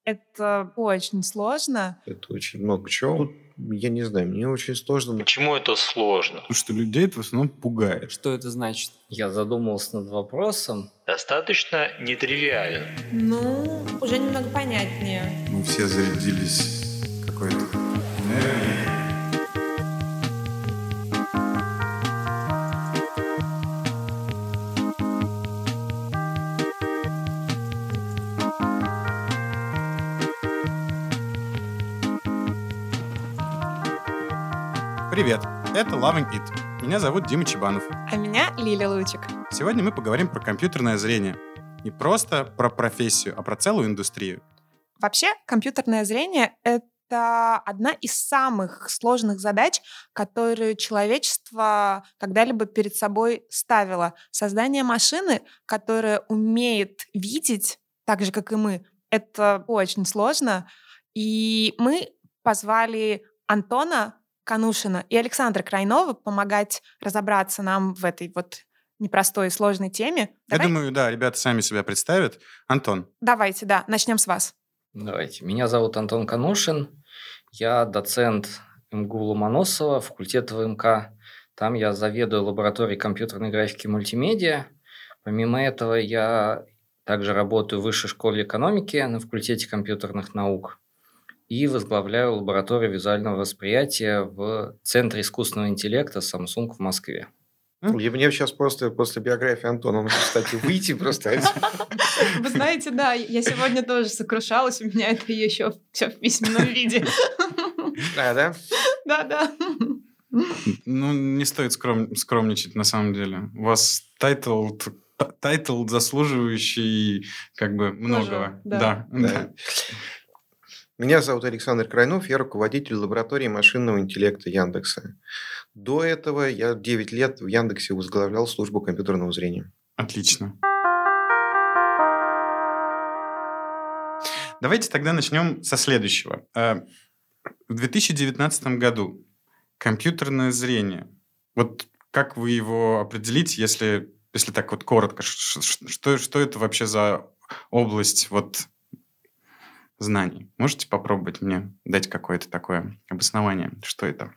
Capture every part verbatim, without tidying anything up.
Это очень сложно. Это очень много чего. Тут, я не знаю, мне очень сложно. Почему это сложно? Потому что людей это в основном пугает. Что это значит? Я задумался над вопросом. Достаточно нетривиально. Ну, уже немного понятнее. Мы все зарядились какой-то энергией. Привет, это Loving It. Меня зовут Дима Чебанов. А меня Лиля Лучик. Сегодня мы поговорим про компьютерное зрение. Не просто про профессию, а про целую индустрию. Вообще, компьютерное зрение — это одна из самых сложных задач, которые человечество когда-либо перед собой ставило. Создание машины, которая умеет видеть так же, как и мы, это очень сложно. И мы позвали Антона Канушина и Александра Крайнова помогать разобраться нам в этой вот непростой и сложной теме. Я Давай? думаю, да, ребята сами себя представят. Антон. Давайте, да, начнем с вас. Давайте. Меня зовут Антон Канушин. Я доцент МГУ Ломоносова, факультета ВМК. Там я заведую лабораторией компьютерной графики и мультимедиа. Помимо этого, я также работаю в Высшей школе экономики на факультете компьютерных наук и возглавляю лабораторию визуального восприятия в Центре искусственного интеллекта Samsung в Москве. И мне сейчас просто после биографии Антона, кстати, выйти просто. Вы знаете, да, я сегодня тоже сокрушалась, у меня это еще все в письменном виде. А, да? Да, да. Ну, не стоит скром... скромничать на самом деле. У вас тайтл, тайтл заслуживающий как бы многого. Да. Да, да. Меня зовут Александр Крайнов, я руководитель лаборатории машинного интеллекта Яндекса. До этого я девять лет в Яндексе возглавлял службу компьютерного зрения. Отлично. Давайте тогда начнем со следующего. В две тысячи девятнадцатом году компьютерное зрение. Вот как вы его определите, если, если так вот коротко? Что, что это вообще за область вот знаний? Можете попробовать мне дать какое-то такое обоснование? Что это?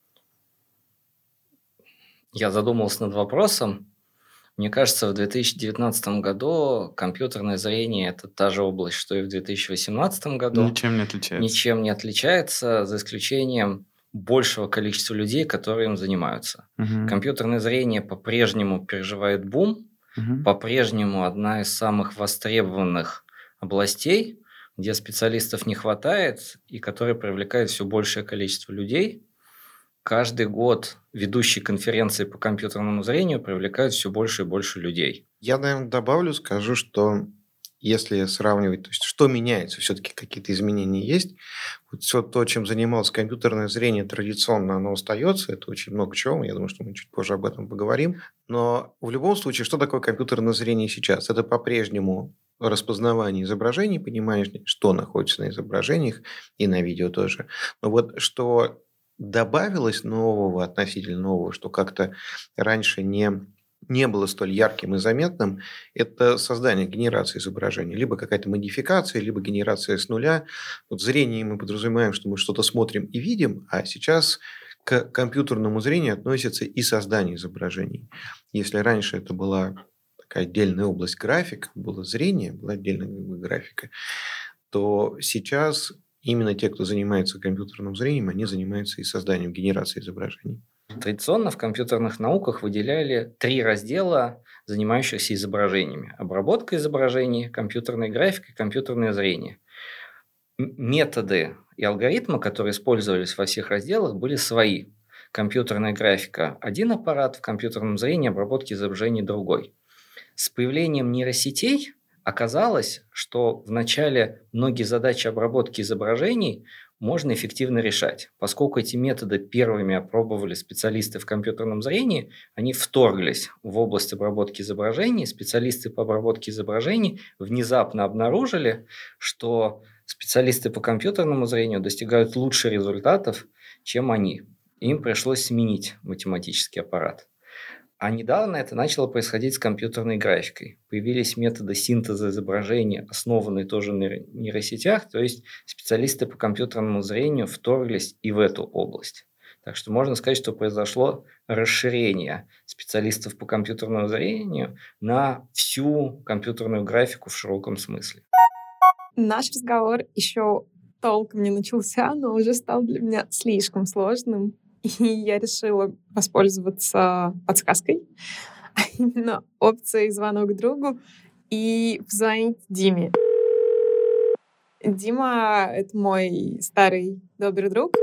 Я задумался над вопросом. Мне кажется, в две тысячи девятнадцатом году компьютерное зрение – это та же область, что и в две тысячи восемнадцатом году. Ничем не отличается. Ничем не отличается, за исключением большего количества людей, которые им занимаются. Угу. Компьютерное зрение по-прежнему переживает бум, угу. по-прежнему одна из самых востребованных областей, где специалистов не хватает и которые привлекают все большее количество людей. Каждый год ведущие конференции по компьютерному зрению привлекают все больше и больше людей. Я, наверное, добавлю, скажу, что если сравнивать, то есть что меняется, все-таки какие-то изменения есть. Вот все то, чем занималось компьютерное зрение традиционно, оно остается. Это очень много чего. Я думаю, что мы чуть позже об этом поговорим. Но в любом случае, что такое компьютерное зрение сейчас? Это по-прежнему распознавание изображений, понимаешь, что находится на изображениях и на видео тоже. Но вот что добавилось нового, относительно нового, что как-то раньше не, не было столь ярким и заметным, это создание генерации изображений. Либо какая-то модификация, либо генерация с нуля. Вот зрение мы подразумеваем, что мы что-то смотрим и видим, а сейчас к компьютерному зрению относится и создание изображений. Если раньше это была такая отдельная область график, было зрение, была отдельная графика, то сейчас именно те, кто занимается компьютерным зрением, они занимаются и созданием генерации изображений. Традиционно в компьютерных науках выделяли три раздела, занимающихся изображениями. Обработка изображений, компьютерная графика и компьютерное зрение. Методы и алгоритмы, которые использовались во всех разделах, были свои. Компьютерная графика – один аппарат, в компьютерном зрении обработки изображений – другой. С появлением нейросетей оказалось, что вначале многие задачи обработки изображений можно эффективно решать. Поскольку эти методы первыми опробовали специалисты в компьютерном зрении, они вторглись в область обработки изображений. Специалисты по обработке изображений внезапно обнаружили, что специалисты по компьютерному зрению достигают лучших результатов, чем они. Им пришлось сменить математический аппарат. А недавно это начало происходить с компьютерной графикой. Появились методы синтеза изображения, основанные тоже на нейросетях, то есть специалисты по компьютерному зрению вторглись и в эту область. Так что можно сказать, что произошло расширение специалистов по компьютерному зрению на всю компьютерную графику в широком смысле. Наш разговор еще толком не начался, но уже стал для меня слишком сложным. И я решила воспользоваться подсказкой, а именно опцией «Звонок другу» и позвонить Диме. Дима — это мой старый добрый друг.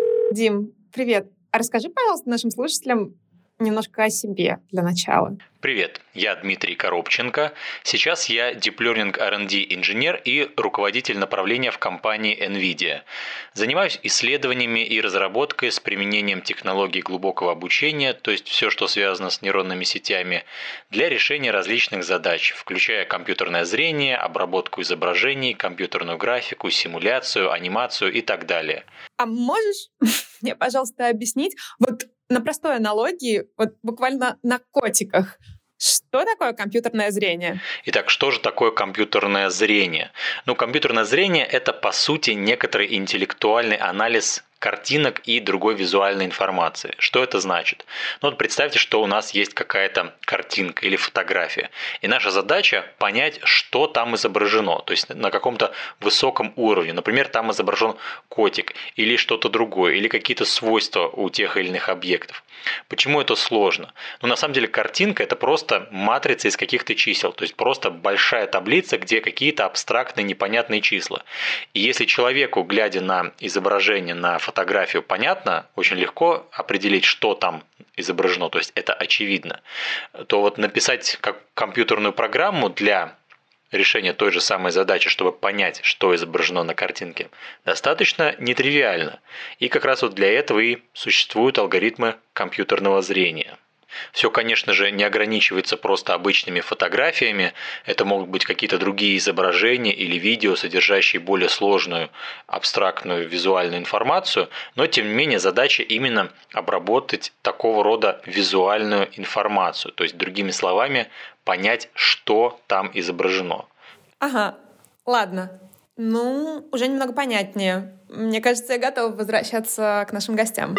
Дим, привет. А расскажи, пожалуйста, нашим слушателям немножко о себе для начала. Привет, я Дмитрий Коробченко. Сейчас я Deep Learning ар энд ди инженер и руководитель направления в компании NVIDIA. Занимаюсь исследованиями и разработкой с применением технологий глубокого обучения, то есть все, что связано с нейронными сетями, для решения различных задач, включая компьютерное зрение, обработку изображений, компьютерную графику, симуляцию, анимацию и так далее. А можешь мне, пожалуйста, объяснить, вот на простой аналогии, вот буквально на котиках, что такое компьютерное зрение? Итак, что же такое компьютерное зрение? Ну, компьютерное зрение – это, по сути, некоторый интеллектуальный анализ картинок и другой визуальной информации. Что это значит? Ну вот представьте, что у нас есть какая-то картинка или фотография. И наша задача понять, что там изображено. То есть на каком-то высоком уровне. Например, там изображен котик или что-то другое. Или какие-то свойства у тех или иных объектов. Почему это сложно? Ну на самом деле картинка – это просто матрица из каких-то чисел. То есть просто большая таблица, где какие-то абстрактные непонятные числа. И если человеку, глядя на изображение, на фотографию, фотографию понятно, очень легко определить, что там изображено, то есть это очевидно, то вот написать как компьютерную программу для решения той же самой задачи, чтобы понять, что изображено на картинке, достаточно нетривиально. И как раз вот для этого и существуют алгоритмы компьютерного зрения. Все, конечно же, не ограничивается просто обычными фотографиями. Это могут быть какие-то другие изображения или видео, содержащие более сложную абстрактную визуальную информацию. Но, тем не менее, задача именно обработать такого рода визуальную информацию. То есть, другими словами, понять, что там изображено. Ага, ладно. Ну, уже немного понятнее. Мне кажется, я готова возвращаться к нашим гостям.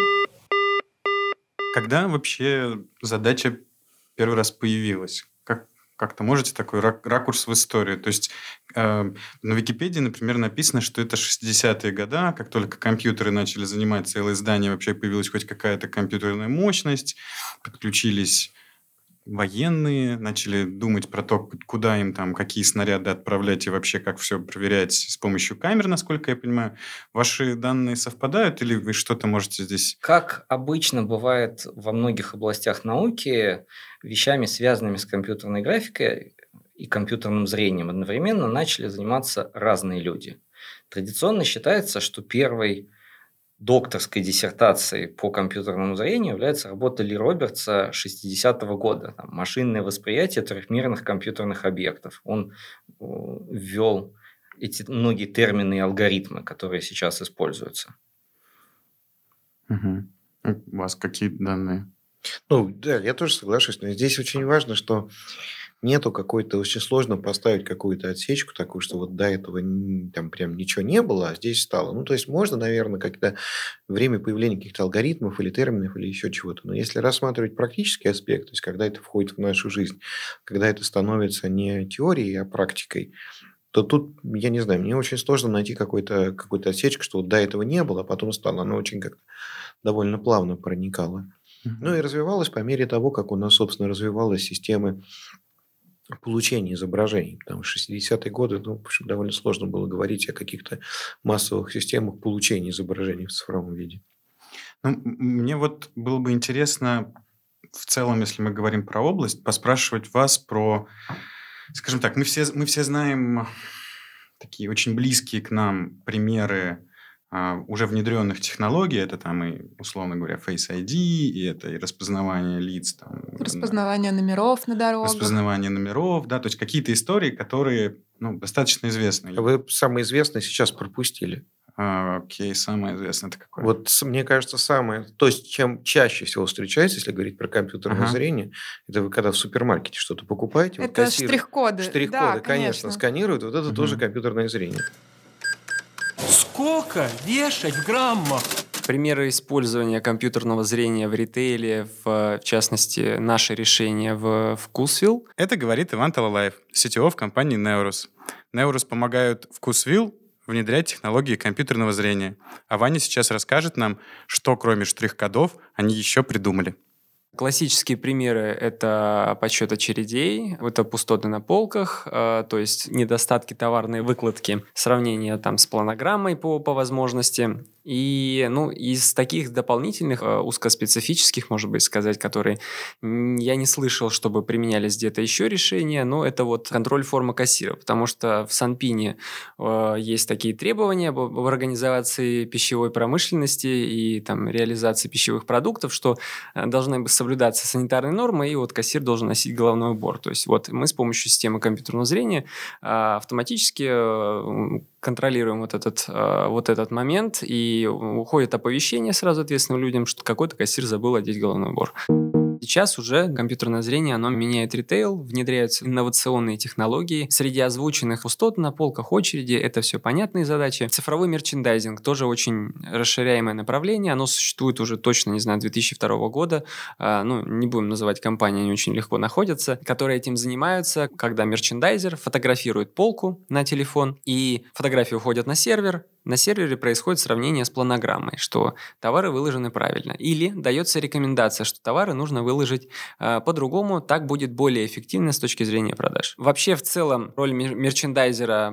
Когда вообще задача первый раз появилась? Как, как-то можете такой ракурс в историю? То есть э, на Википедии, например, написано, что это шестидесятые годы, как только компьютеры начали занимать целые здания, вообще появилась хоть какая-то компьютерная мощность, подключились военные, начали думать про то, куда им там, какие снаряды отправлять и вообще как все проверять с помощью камер, насколько я понимаю. Ваши данные совпадают или вы что-то можете здесь... Как обычно бывает во многих областях науки, вещами, связанными с компьютерной графикой и компьютерным зрением одновременно начали заниматься разные люди. Традиционно считается, что первой докторской диссертацией по компьютерному зрению является работа Ли Робертса шестидесятого года там, «Машинное восприятие трехмерных компьютерных объектов». Он ввел эти многие термины и алгоритмы, которые сейчас используются. Угу. У вас какие данные? Ну, да, я тоже соглашусь. Но здесь очень важно, что нету какой-то... Очень сложно поставить какую-то отсечку такую, что вот до этого там прям ничего не было, а здесь стало. Ну, то есть можно, наверное, когда время появления каких-то алгоритмов или терминов или еще чего-то. Но если рассматривать практический аспект, то есть когда это входит в нашу жизнь, когда это становится не теорией, а практикой, то тут, я не знаю, мне очень сложно найти какой-то, какую-то отсечку, что вот до этого не было, а потом стало. Оно очень как-то довольно плавно проникало. Mm-hmm. Ну и развивалось по мере того, как у нас, собственно, развивалась система получения изображений. Потому что в шестидесятые годы, ну, в общем, довольно сложно было говорить о каких-то массовых системах получения изображений в цифровом виде. Ну, мне вот было бы интересно, в целом, если мы говорим про область, поспрашивать вас про, скажем так, мы все, мы все знаем такие очень близкие к нам примеры а, уже внедренных технологий. Это там и, условно говоря, Face ай ди, и это и распознавание лиц. Там, распознавание на... номеров на дорогах. Распознавание номеров, да, то есть какие-то истории, которые ну, достаточно известны. Вы самое известное сейчас пропустили. А, окей, самое известное это какое? Вот с- мне кажется, самое... То есть, чем чаще всего встречается, если говорить про компьютерное Ага. зрение, это вы когда в супермаркете что-то покупаете, вот Это кассир штрих-коды. штрих-коды, Да, конечно, конечно. сканирует, вот это тоже Мгм. компьютерное зрение. Сколько вешать в граммах? Примеры использования компьютерного зрения в ритейле, в, в частности, наше решение в Вкусвилл. Это говорит Иван Талалаев, си ти о в компании Neurus. Neurus помогают Вкусвилл внедрять технологии компьютерного зрения. А Ваня сейчас расскажет нам, что кроме штрих-кодов они еще придумали. Классические примеры — это подсчет очередей, это пустоты на полках, э, то есть недостатки товарной выкладки, сравнение там с планограммой по, по возможности. И ну, из таких дополнительных, э, узкоспецифических, может быть, сказать, которые м, я не слышал, чтобы применялись где-то еще решения, но это вот контроль формы кассира, потому что в Санпине э, есть такие требования в, в организации пищевой промышленности и там реализации пищевых продуктов, что э, должны быть соблюдаться санитарные нормы, и вот кассир должен носить головной убор. То есть вот мы с помощью системы компьютерного зрения а, автоматически а, контролируем вот этот, а, вот этот момент, и уходит оповещение сразу ответственным людям, что какой-то кассир забыл одеть головной убор. Сейчас уже компьютерное зрение, оно меняет ритейл, внедряются инновационные технологии. Среди озвученных пустот на полках, очереди, это все понятные задачи. Цифровой мерчендайзинг тоже очень расширяемое направление. Оно существует уже точно, не знаю, две тысячи второго года. А, ну, не будем называть компании, они очень легко находятся, которые этим занимаются, когда мерчендайзер фотографирует полку на телефон, и фотографии уходят на сервер. На сервере происходит сравнение с планограммой, что товары выложены правильно. Или дается рекомендация, что товары нужно выложить э, по-другому, так будет более эффективно с точки зрения продаж. Вообще, в целом, роль мер- мерчендайзера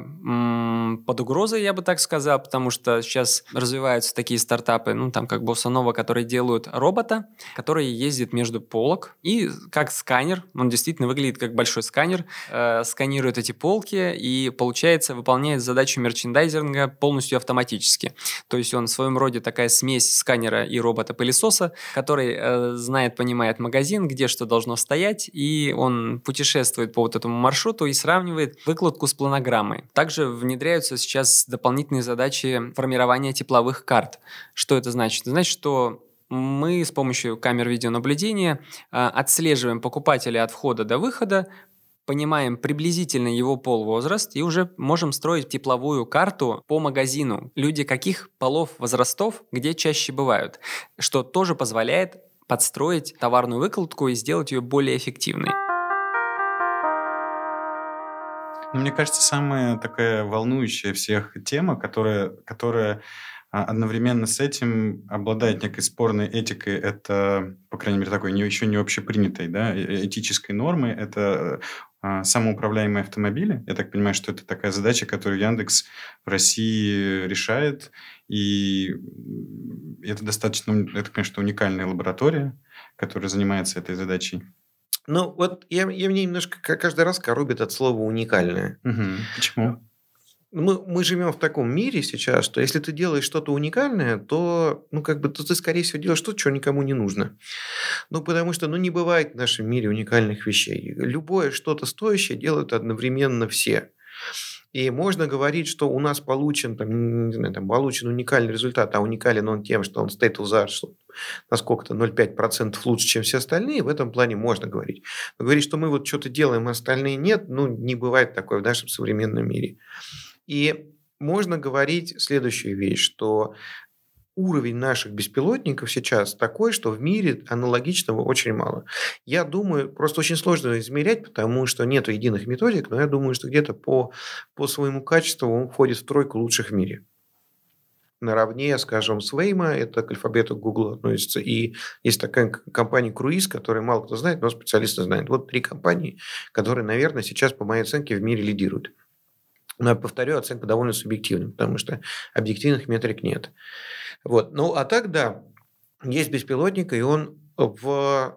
м- под угрозой, я бы так сказал, потому что сейчас развиваются такие стартапы, ну, там, как Bossonova, которые делают робота, который ездит между полок, и как сканер, он действительно выглядит как большой сканер, э, сканирует эти полки, и, получается, выполняет задачу мерчендайзинга полностью автоматически. То есть он в своем роде такая смесь сканера и робота-пылесоса, который э, знает, понимает магазин, где что должно стоять, и он путешествует по вот этому маршруту и сравнивает выкладку с планограммой. Также внедряются сейчас дополнительные задачи формирования тепловых карт. Что это значит? Это значит, что мы с помощью камер видеонаблюдения э, отслеживаем покупателя от входа до выхода, понимаем приблизительно его полвозраст и уже можем строить тепловую карту по магазину. Люди каких полов, возрастов, где чаще бывают, что тоже позволяет подстроить товарную выкладку и сделать ее более эффективной. Мне кажется, самая такая волнующая всех тема, которая, которая а, одновременно с этим обладает некой спорной этикой, это, по крайней мере, такой не, еще не общепринятой, да, э- этической нормы, это а, самоуправляемые автомобили. Я так понимаю, что это такая задача, которую Яндекс в России решает, и м, это достаточно, это, конечно, уникальная лаборатория, которая занимается этой задачей. Ну, вот я, я мне немножко ка- каждый раз коробит от слова «уникальное». Мгм. Почему? Мы, мы живем в таком мире сейчас, что если ты делаешь что-то уникальное, то, ну, как бы, то ты, скорее всего, делаешь что-то, что никому не нужно. Ну, потому что, ну, не бывает в нашем мире уникальных вещей. Любое что-то стоящее делают одновременно все. И можно говорить, что у нас получен, там, не знаю, там, получен уникальный результат, а уникален он тем, что он state of the art, что на сколько-то ноль целых пять десятых процента лучше, чем все остальные, в этом плане можно говорить. Но говорить, что мы вот что-то делаем, а остальные нет, ну, не бывает такое в нашем современном мире. И можно говорить следующую вещь, что уровень наших беспилотников сейчас такой, что в мире аналогичного очень мало. Я думаю, просто очень сложно измерять, потому что нет единых методик, но я думаю, что где-то по, по своему качеству он входит в тройку лучших в мире. Наравне, скажем, с Waymo, это к альфабету Google относится, и есть такая к- компания Cruise, которую мало кто знает, но специалисты знают. Вот три компании, которые, наверное, сейчас, по моей оценке, в мире лидируют. Но я повторю, оценка довольно субъективная, потому что объективных метрик нет. Вот. Ну, а так, да, есть беспилотник, и он в...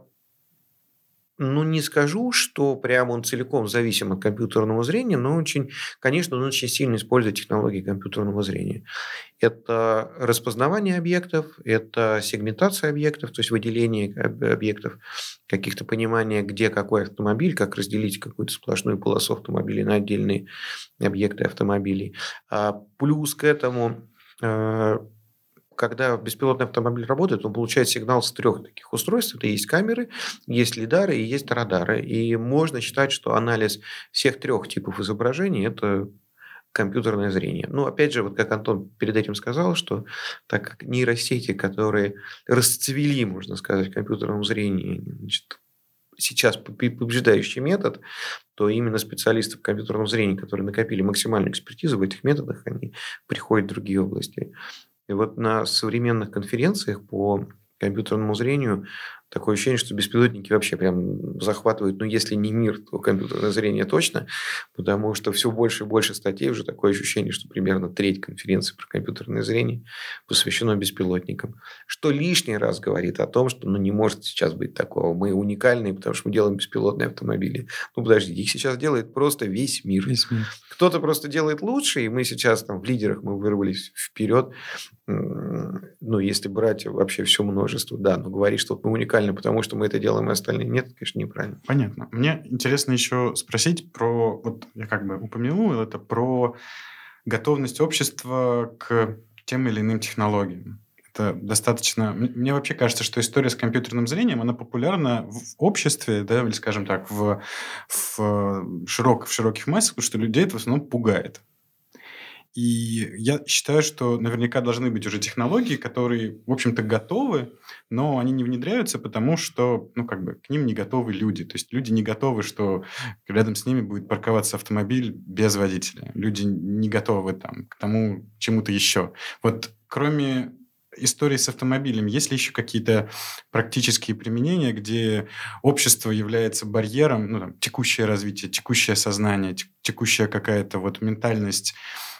Ну, не скажу, что прямо он целиком зависим от компьютерного зрения, но очень, конечно, он очень сильно использует технологии компьютерного зрения. Это распознавание объектов, это сегментация объектов, то есть выделение об- объектов, каких-то понимания, где какой автомобиль, как разделить какую-то сплошную полосу автомобилей на отдельные объекты автомобилей. А плюс к этому Когда беспилотный автомобиль работает, он получает сигнал с трех таких устройств. Это есть камеры, есть лидары и есть радары. И можно считать, что анализ всех трех типов изображений – это компьютерное зрение. Ну, опять же, вот как Антон перед этим сказал, что так как нейросети, которые расцвели, можно сказать, в компьютерном зрении, значит, сейчас побеждающий метод, то именно специалисты в компьютерном зрении, которые накопили максимальную экспертизу в этих методах, они приходят в другие области. И вот на современных конференциях по компьютерному зрению такое ощущение, что беспилотники вообще прям захватывают, ну, если не мир, то компьютерное зрение точно, потому что все больше и больше статей, уже такое ощущение, что примерно треть конференции про компьютерное зрение посвящено беспилотникам. Что лишний раз говорит о том, что ну, не может сейчас быть такого. Мы уникальные, потому что мы делаем беспилотные автомобили. Ну, подождите, их сейчас делает просто весь мир. Весь мир. Кто-то просто делает лучше, и мы сейчас там в лидерах мы вырвались вперед. Ну, если брать вообще все множество, да, но говорить, что мы уникальны, потому что мы это делаем, а остальные нет, конечно, неправильно. Понятно. Мне интересно еще спросить про, вот я как бы упомянул это, про готовность общества к тем или иным технологиям. Это достаточно... Мне вообще кажется, что история с компьютерным зрением, она популярна в обществе, да, или, скажем так, в, в, широк, в широких массах, потому что людей это в основном пугает. И я считаю, что наверняка должны быть уже технологии, которые, в общем-то, готовы, но они не внедряются, потому что, ну, как бы, к ним не готовы люди. То есть люди не готовы, что рядом с ними будет парковаться автомобиль без водителя. Люди не готовы там, к тому чему-то еще. Вот кроме истории с автомобилем, есть ли еще какие-то практические применения, где общество является барьером, ну, там, текущее развитие, текущее сознание, текущая какая-то вот ментальность?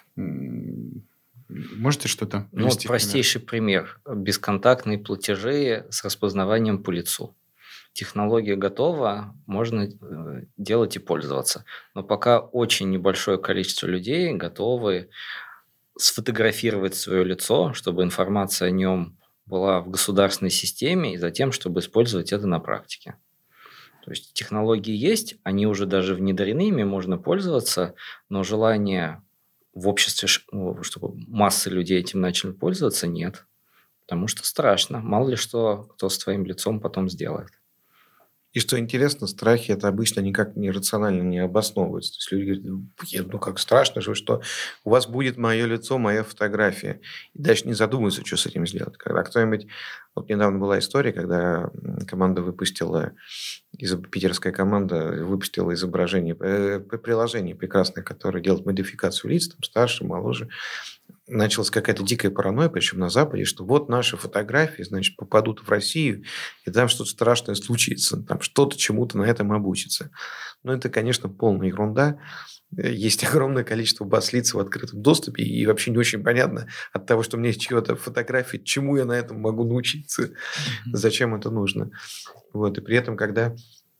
Можете что-то привести? Ну, вот простейший пример. Бесконтактные платежи с распознаванием по лицу. Технология готова, можно делать и пользоваться. Но пока очень небольшое количество людей готовы сфотографировать свое лицо, чтобы информация о нем была в государственной системе, и затем, чтобы использовать это на практике. То есть технологии есть, они уже даже внедрены, ими можно пользоваться, но желание в обществе, чтобы массы людей этим начали пользоваться, нет. Потому что страшно. Мало ли что, кто с твоим лицом потом сделает. И что интересно, страхи это обычно никак не рационально не обосновываются. То есть люди говорят, ну как страшно же, что у вас будет мое лицо, моя фотография. И дальше не задумываются, что с этим сделать. Когда кто-нибудь... Вот недавно была история, когда команда выпустила, питерская команда выпустила изображение, приложение прекрасное, которое делает модификацию лиц, там, старше, моложе. Началась какая-то дикая паранойя, причем на Западе, что вот наши фотографии, значит, попадут в Россию, и там что-то страшное случится, там что-то чему-то на этом обучится. Но это, конечно, полная ерунда. Есть огромное количество баз-лиц в открытом доступе, и вообще не очень понятно от того, что у меня есть чья-то фотография, чему я на этом могу научиться, mm-hmm. зачем это нужно. Вот. И при этом, когда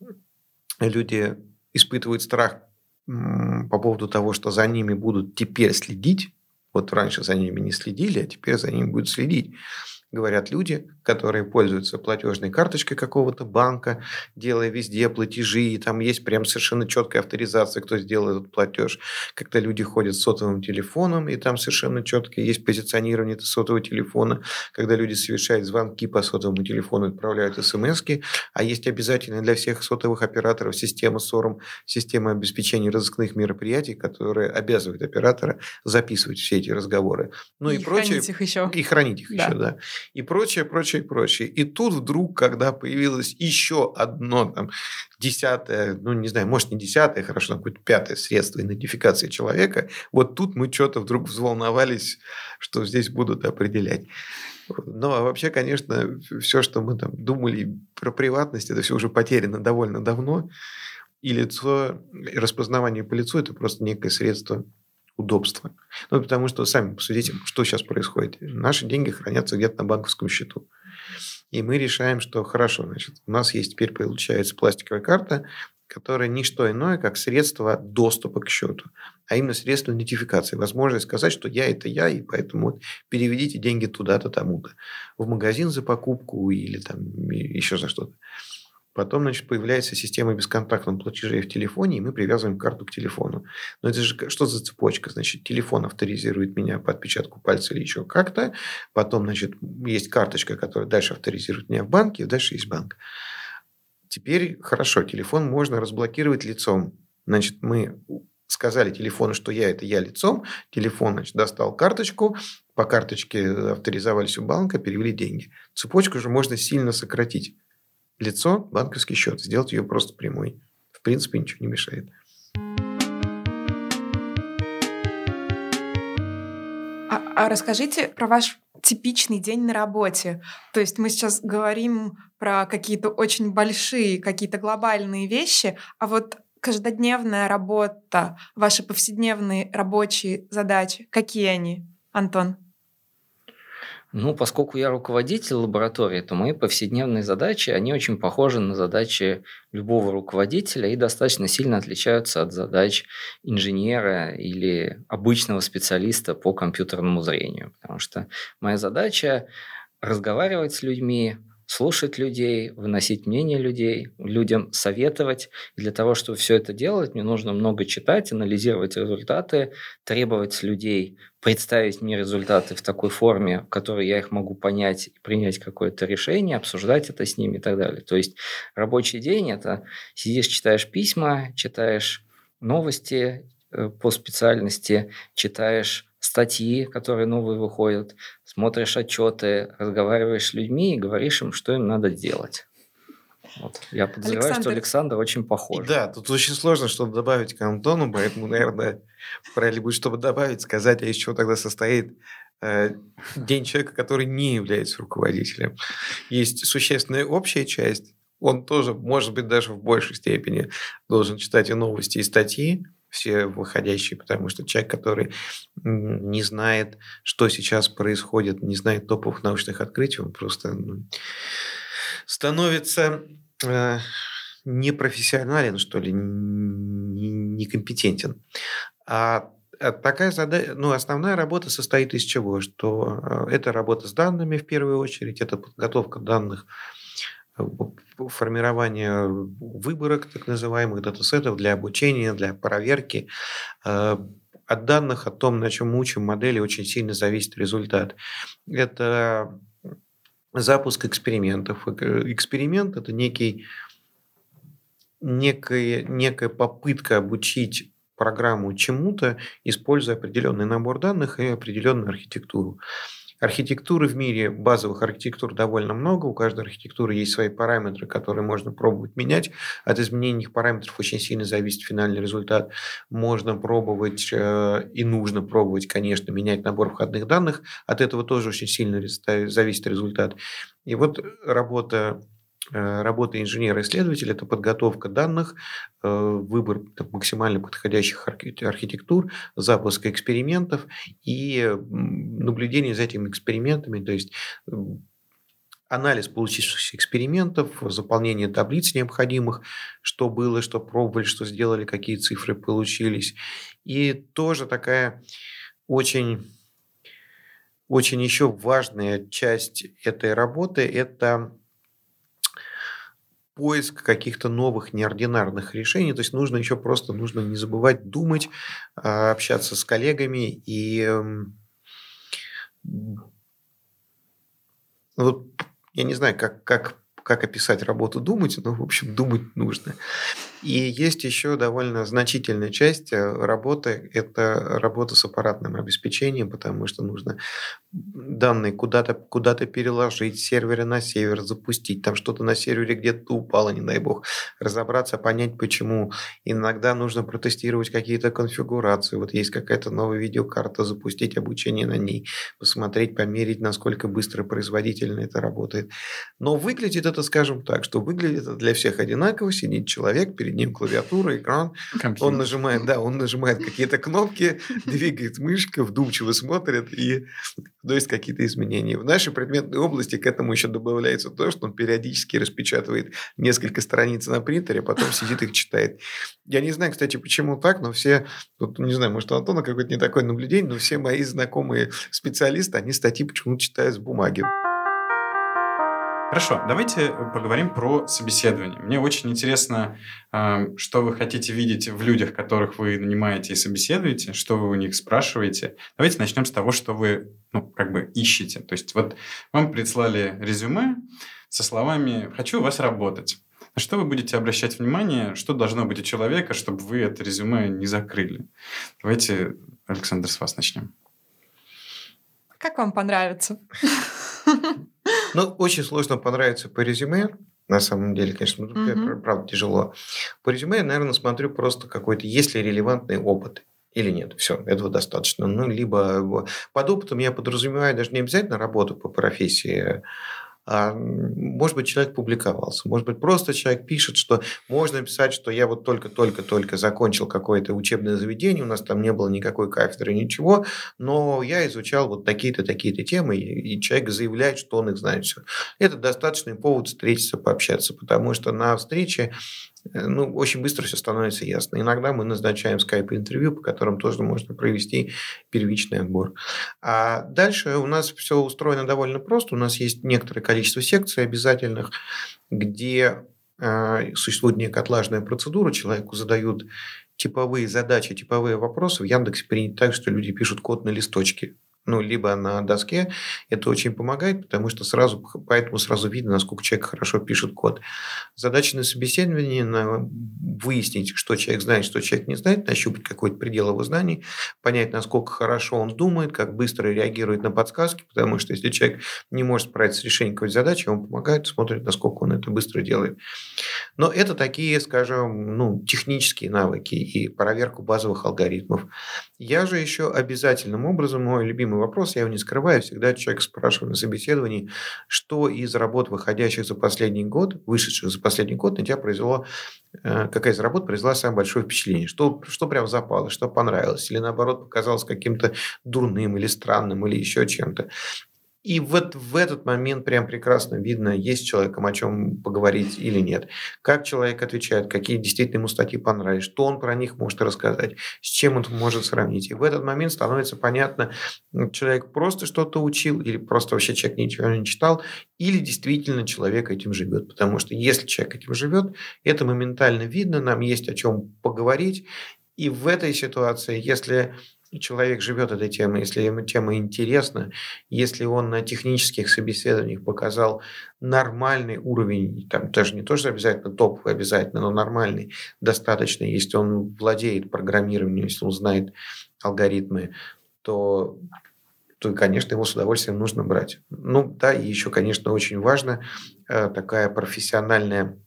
люди испытывают страх по поводу того, что за ними будут теперь следить, вот раньше за ними не следили, а теперь за ними будут следить. Говорят люди, которые пользуются платежной карточкой какого-то банка, делая везде платежи, и там есть прям совершенно четкая авторизация, кто сделал этот платеж. Когда люди ходят с сотовым телефоном, и там совершенно четко есть позиционирование этого сотового телефона. Когда люди совершают звонки по сотовому телефону, отправляют смс-ки, а есть обязательно для всех сотовых операторов система СОРМ, система обеспечения разыскных мероприятий, которая обязывает оператора записывать все эти разговоры. Ну и, и прочее. Хранить их еще. И хранить их да. еще, да. И прочее, прочее, прочее. И тут вдруг, когда появилось еще одно, там, десятое, ну, не знаю, может, не десятое, хорошо, там, какое-то пятое средство идентификации человека, вот тут мы что-то вдруг взволновались, что здесь будут определять. Ну, а вообще, конечно, все, что мы там думали про приватность, это все уже потеряно довольно давно. И лицо, и распознавание по лицу – это просто некое средство удобства. Ну, потому что, сами посудите, что сейчас происходит. Наши деньги хранятся где-то на банковском счету. И мы решаем, что хорошо, значит, у нас есть теперь, получается, пластиковая карта, которая не что иное, как средство доступа к счету, а именно средство идентификации. Возможность сказать, что я – это я, и поэтому вот переведите деньги туда-то, тому-то. В магазин за покупку или там еще за что-то. Потом, значит, появляется система бесконтактных платежей в телефоне, и мы привязываем карту к телефону. Но это же что за цепочка? Значит, телефон авторизирует меня по отпечатку пальца или еще как-то. Потом, значит, есть карточка, которая дальше авторизирует меня в банке, и дальше есть банк. Теперь, хорошо, телефон можно разблокировать лицом. Значит, мы сказали телефону, что я – это я лицом. Телефон, значит, достал карточку, по карточке авторизовались у банка, перевели деньги. Цепочку же можно сильно сократить. Лицо, банковский счет, сделать ее просто прямой. В принципе, ничего не мешает. А, а расскажите про ваш типичный день на работе. То есть мы сейчас говорим про какие-то очень большие, какие-то глобальные вещи, а вот каждодневная работа, ваши повседневные рабочие задачи, какие они, Антон? Ну, поскольку я руководитель лаборатории, то мои повседневные задачи, они очень похожи на задачи любого руководителя и достаточно сильно отличаются от задач инженера или обычного специалиста по компьютерному зрению. Потому что моя задача – разговаривать с людьми, слушать людей, выносить мнение людей, людям советовать. И для того, чтобы все это делать, мне нужно много читать, анализировать результаты, требовать с людей представить мне результаты в такой форме, в которой я их могу понять и принять какое-то решение, обсуждать это с ними и так далее. То есть рабочий день – это сидишь, читаешь письма, читаешь новости по специальности, читаешь статьи, которые новые выходят, смотришь отчеты, разговариваешь с людьми и говоришь им, что им надо делать. Вот. Я подозреваю, Александр... что Александр очень похож. И да, тут очень сложно что-то добавить к Антону, поэтому, наверное, правильно будет, чтобы добавить, сказать, а из чего тогда состоит э, день человека, который не является руководителем. Есть существенная общая часть, он тоже, может быть, даже в большей степени должен читать и новости, и статьи, все выходящие, потому что человек, который не знает, что сейчас происходит, не знает топовых научных открытий, он просто ну, становится э, непрофессионален, что ли, некомпетентен. А такая задача, ну, основная работа состоит из чего? Что это работа с данными в первую очередь, это подготовка данных, формирование выборок, так называемых датасетов для обучения, для проверки. От данных, о том, на чем мы учим модели, очень сильно зависит результат. Это запуск экспериментов. Эксперимент – это некий, некая, некая попытка обучить программу чему-то, используя определенный набор данных и определенную архитектуру. Архитектуры в мире, базовых архитектур довольно много. У каждой архитектуры есть свои параметры, которые можно пробовать менять. От изменения их параметров очень сильно зависит финальный результат. Можно пробовать э, и нужно пробовать, конечно, менять набор входных данных. От этого тоже очень сильно зависит результат. И вот работа Работа инженера-исследователя – это подготовка данных, выбор максимально подходящих архитектур, запуск экспериментов и наблюдение за этими экспериментами, то есть анализ получившихся экспериментов, заполнение таблиц необходимых, что было, что пробовали, что сделали, какие цифры получились. И тоже такая очень, очень еще важная часть этой работы – это поиск каких-то новых неординарных решений. То есть нужно еще просто нужно не забывать думать, общаться с коллегами. И вот я не знаю, как, как, как описать работу думать, но, в общем, думать нужно. И есть еще довольно значительная часть работы – это работа с аппаратным обеспечением, потому что нужно данные куда-то, куда-то переложить, с сервера на сервер запустить, там что-то на сервере где-то упало, не дай бог, разобраться, понять, почему. Иногда нужно протестировать какие-то конфигурации. Вот есть какая-то новая видеокарта, запустить обучение на ней, посмотреть, померить, насколько быстро и производительно это работает. Но выглядит это, скажем так, что выглядит это для всех одинаково. Сидит человек, перед ним клавиатура, экран, компьютер. Он нажимает, да, он нажимает какие-то кнопки, двигает мышкой, вдумчиво смотрит и вносит какие-то изменения. В нашей предметной области к этому еще добавляется то, что он периодически распечатывает несколько страниц на принтере, а потом сидит их читает. Я не знаю, кстати, почему так, но все, вот, не знаю, может, у Антона какое-то не такое наблюдение, но все мои знакомые специалисты, они статьи почему-то читают с бумаги. Хорошо, давайте поговорим про собеседование. Мне очень интересно, что вы хотите видеть в людях, которых вы нанимаете и собеседуете, что вы у них спрашиваете. Давайте начнем с того, что вы, ну, как бы ищете. То есть вот вам прислали резюме со словами «хочу у вас работать». На что вы будете обращать внимание, что должно быть у человека, чтобы вы это резюме не закрыли? Давайте, Александр, с вас начнем. Как вам понравится? Ну, очень сложно понравиться по резюме. На самом деле, конечно, mm-hmm. правда тяжело. По резюме я, наверное, смотрю просто какой-то, есть ли релевантный опыт или нет. Все, этого достаточно. Ну, либо под опытом я подразумеваю даже не обязательно работу по профессии, а, может быть, человек публиковался. Может быть, просто человек пишет, что можно написать, что я вот только-только-только закончил какое-то учебное заведение, у нас там не было никакой кафедры, ничего, но я изучал вот такие-то, такие-то темы, и человек заявляет, что он их знает все. Это достаточный повод встретиться, пообщаться, потому что на встрече ну, очень быстро все становится ясно. Иногда мы назначаем скайп-интервью, по которым тоже можно провести первичный отбор. А дальше у нас все устроено довольно просто. У нас есть некоторое количество секций обязательных, где э, существует некая отлаженная процедура. Человеку задают типовые задачи, типовые вопросы. В Яндексе принято так, что люди пишут код на листочке. Ну, либо на доске. Это очень помогает, потому что сразу, поэтому сразу видно, насколько человек хорошо пишет код. Задача на собеседовании на выяснить, что человек знает, что человек не знает, нащупать какой-то предел его знаний, понять, насколько хорошо он думает, как быстро реагирует на подсказки, потому что если человек не может справиться с решением какой-то задачи, он помогает, смотрит, насколько он это быстро делает. Но это такие, скажем, ну, технические навыки и проверку базовых алгоритмов. Я же еще обязательным образом, мой любимый вопрос, я его не скрываю, всегда человек спрашивает на собеседовании, что из работ, выходящих за последний год, вышедших за последний год, на тебя произвело, какая из работ произвела самое большое впечатление, что, что прям запало, что понравилось, или наоборот показалось каким-то дурным или странным, или еще чем-то. И вот в этот момент прям прекрасно видно, есть с человеком о чем поговорить или нет. Как человек отвечает, какие действительно ему статьи понравились, что он про них может рассказать, с чем он может сравнить. И в этот момент становится понятно, человек просто что-то учил, или просто вообще человек ничего не читал, или действительно человек этим живет. Потому что если человек этим живет, это моментально видно, нам есть о чем поговорить. И в этой ситуации, если человек живет этой темой, если ему тема интересна, если он на технических собеседованиях показал нормальный уровень, там даже не то, что обязательно топовый, обязательно, но нормальный, достаточно, если он владеет программированием, если он знает алгоритмы, то, то конечно, его с удовольствием нужно брать. Ну да, и еще, конечно, очень важно такая профессиональная,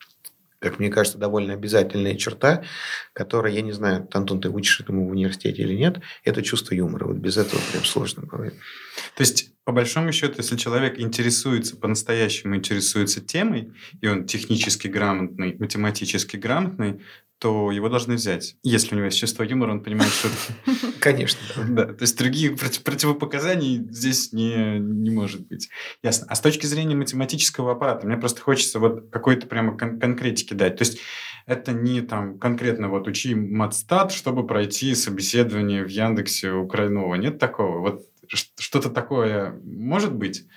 как мне кажется, довольно обязательная черта, которая, я не знаю, Антон, ты учишь этому в университете или нет, это чувство юмора. Вот без этого прям сложно бывает. То есть, по большому счету, если человек интересуется, по-настоящему интересуется темой, и он технически грамотный, математически грамотный, то его должны взять. Если у него есть чувство юмора, он понимает, что... Конечно. Да, то есть других противопоказаний здесь не, не может быть. Ясно. А с точки зрения математического аппарата, мне просто хочется вот какой-то прямо кон- конкретики дать. То есть это не там конкретно вот учи матстат, чтобы пройти собеседование в Яндексе у Крайнова. Нет такого? Вот что-то такое может быть?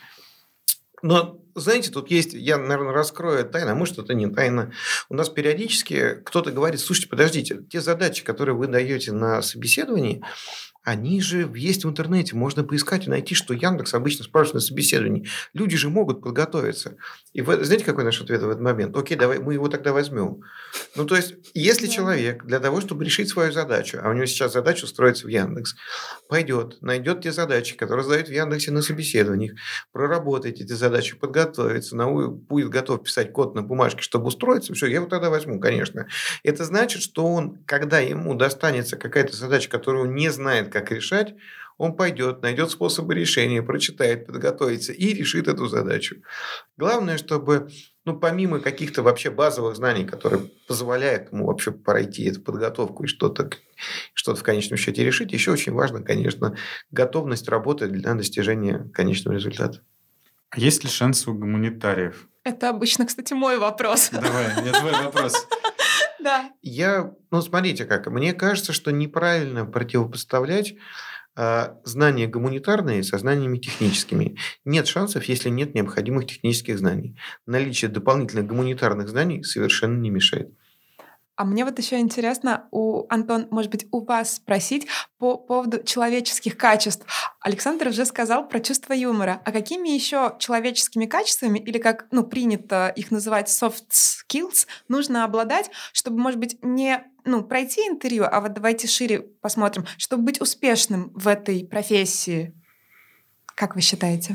Но, знаете, тут есть, я, наверное, раскрою тайну, а может, это не тайна. У нас периодически кто-то говорит, слушайте, подождите, те задачи, которые вы даете на собеседовании, они же есть в интернете, можно поискать и найти, что Яндекс обычно спрашивает на собеседовании. Люди же могут подготовиться. И вы, знаете, какой наш ответ в этот момент? Окей, давай, мы его тогда возьмем. Ну, то есть, если человек для того, чтобы решить свою задачу, а у него сейчас задача устроиться в Яндекс, пойдет, найдет те задачи, которые задают в Яндексе на собеседованиях, проработает эти задачи, подготовится, будет готов писать код на бумажке, чтобы устроиться, все, я его тогда возьму, конечно. Это значит, что он, когда ему достанется какая-то задача, которую он не знает, как решать, он пойдет, найдет способы решения, прочитает, подготовится и решит эту задачу. Главное, чтобы, ну, помимо каких-то вообще базовых знаний, которые позволяют ему вообще пройти эту подготовку и что-то, что-то в конечном счете решить, еще очень важно, конечно, готовность работать для достижения конечного результата. А есть ли шансы у гуманитариев? Это обычно, кстати, мой вопрос. Давай, я твой вопрос. Да. Я, ну, смотрите как, мне кажется, что неправильно противопоставлять а, знания гуманитарные со знаниями техническими. Нет шансов, если нет необходимых технических знаний. Наличие дополнительных гуманитарных знаний совершенно не мешает. А мне вот еще интересно, у Антон, может быть, у вас спросить по поводу человеческих качеств. Александр уже сказал про чувство юмора. А какими еще человеческими качествами, или как ну, принято их называть soft skills, нужно обладать, чтобы, может быть, не ну, пройти интервью, а вот давайте шире посмотрим, чтобы быть успешным в этой профессии? Как вы считаете?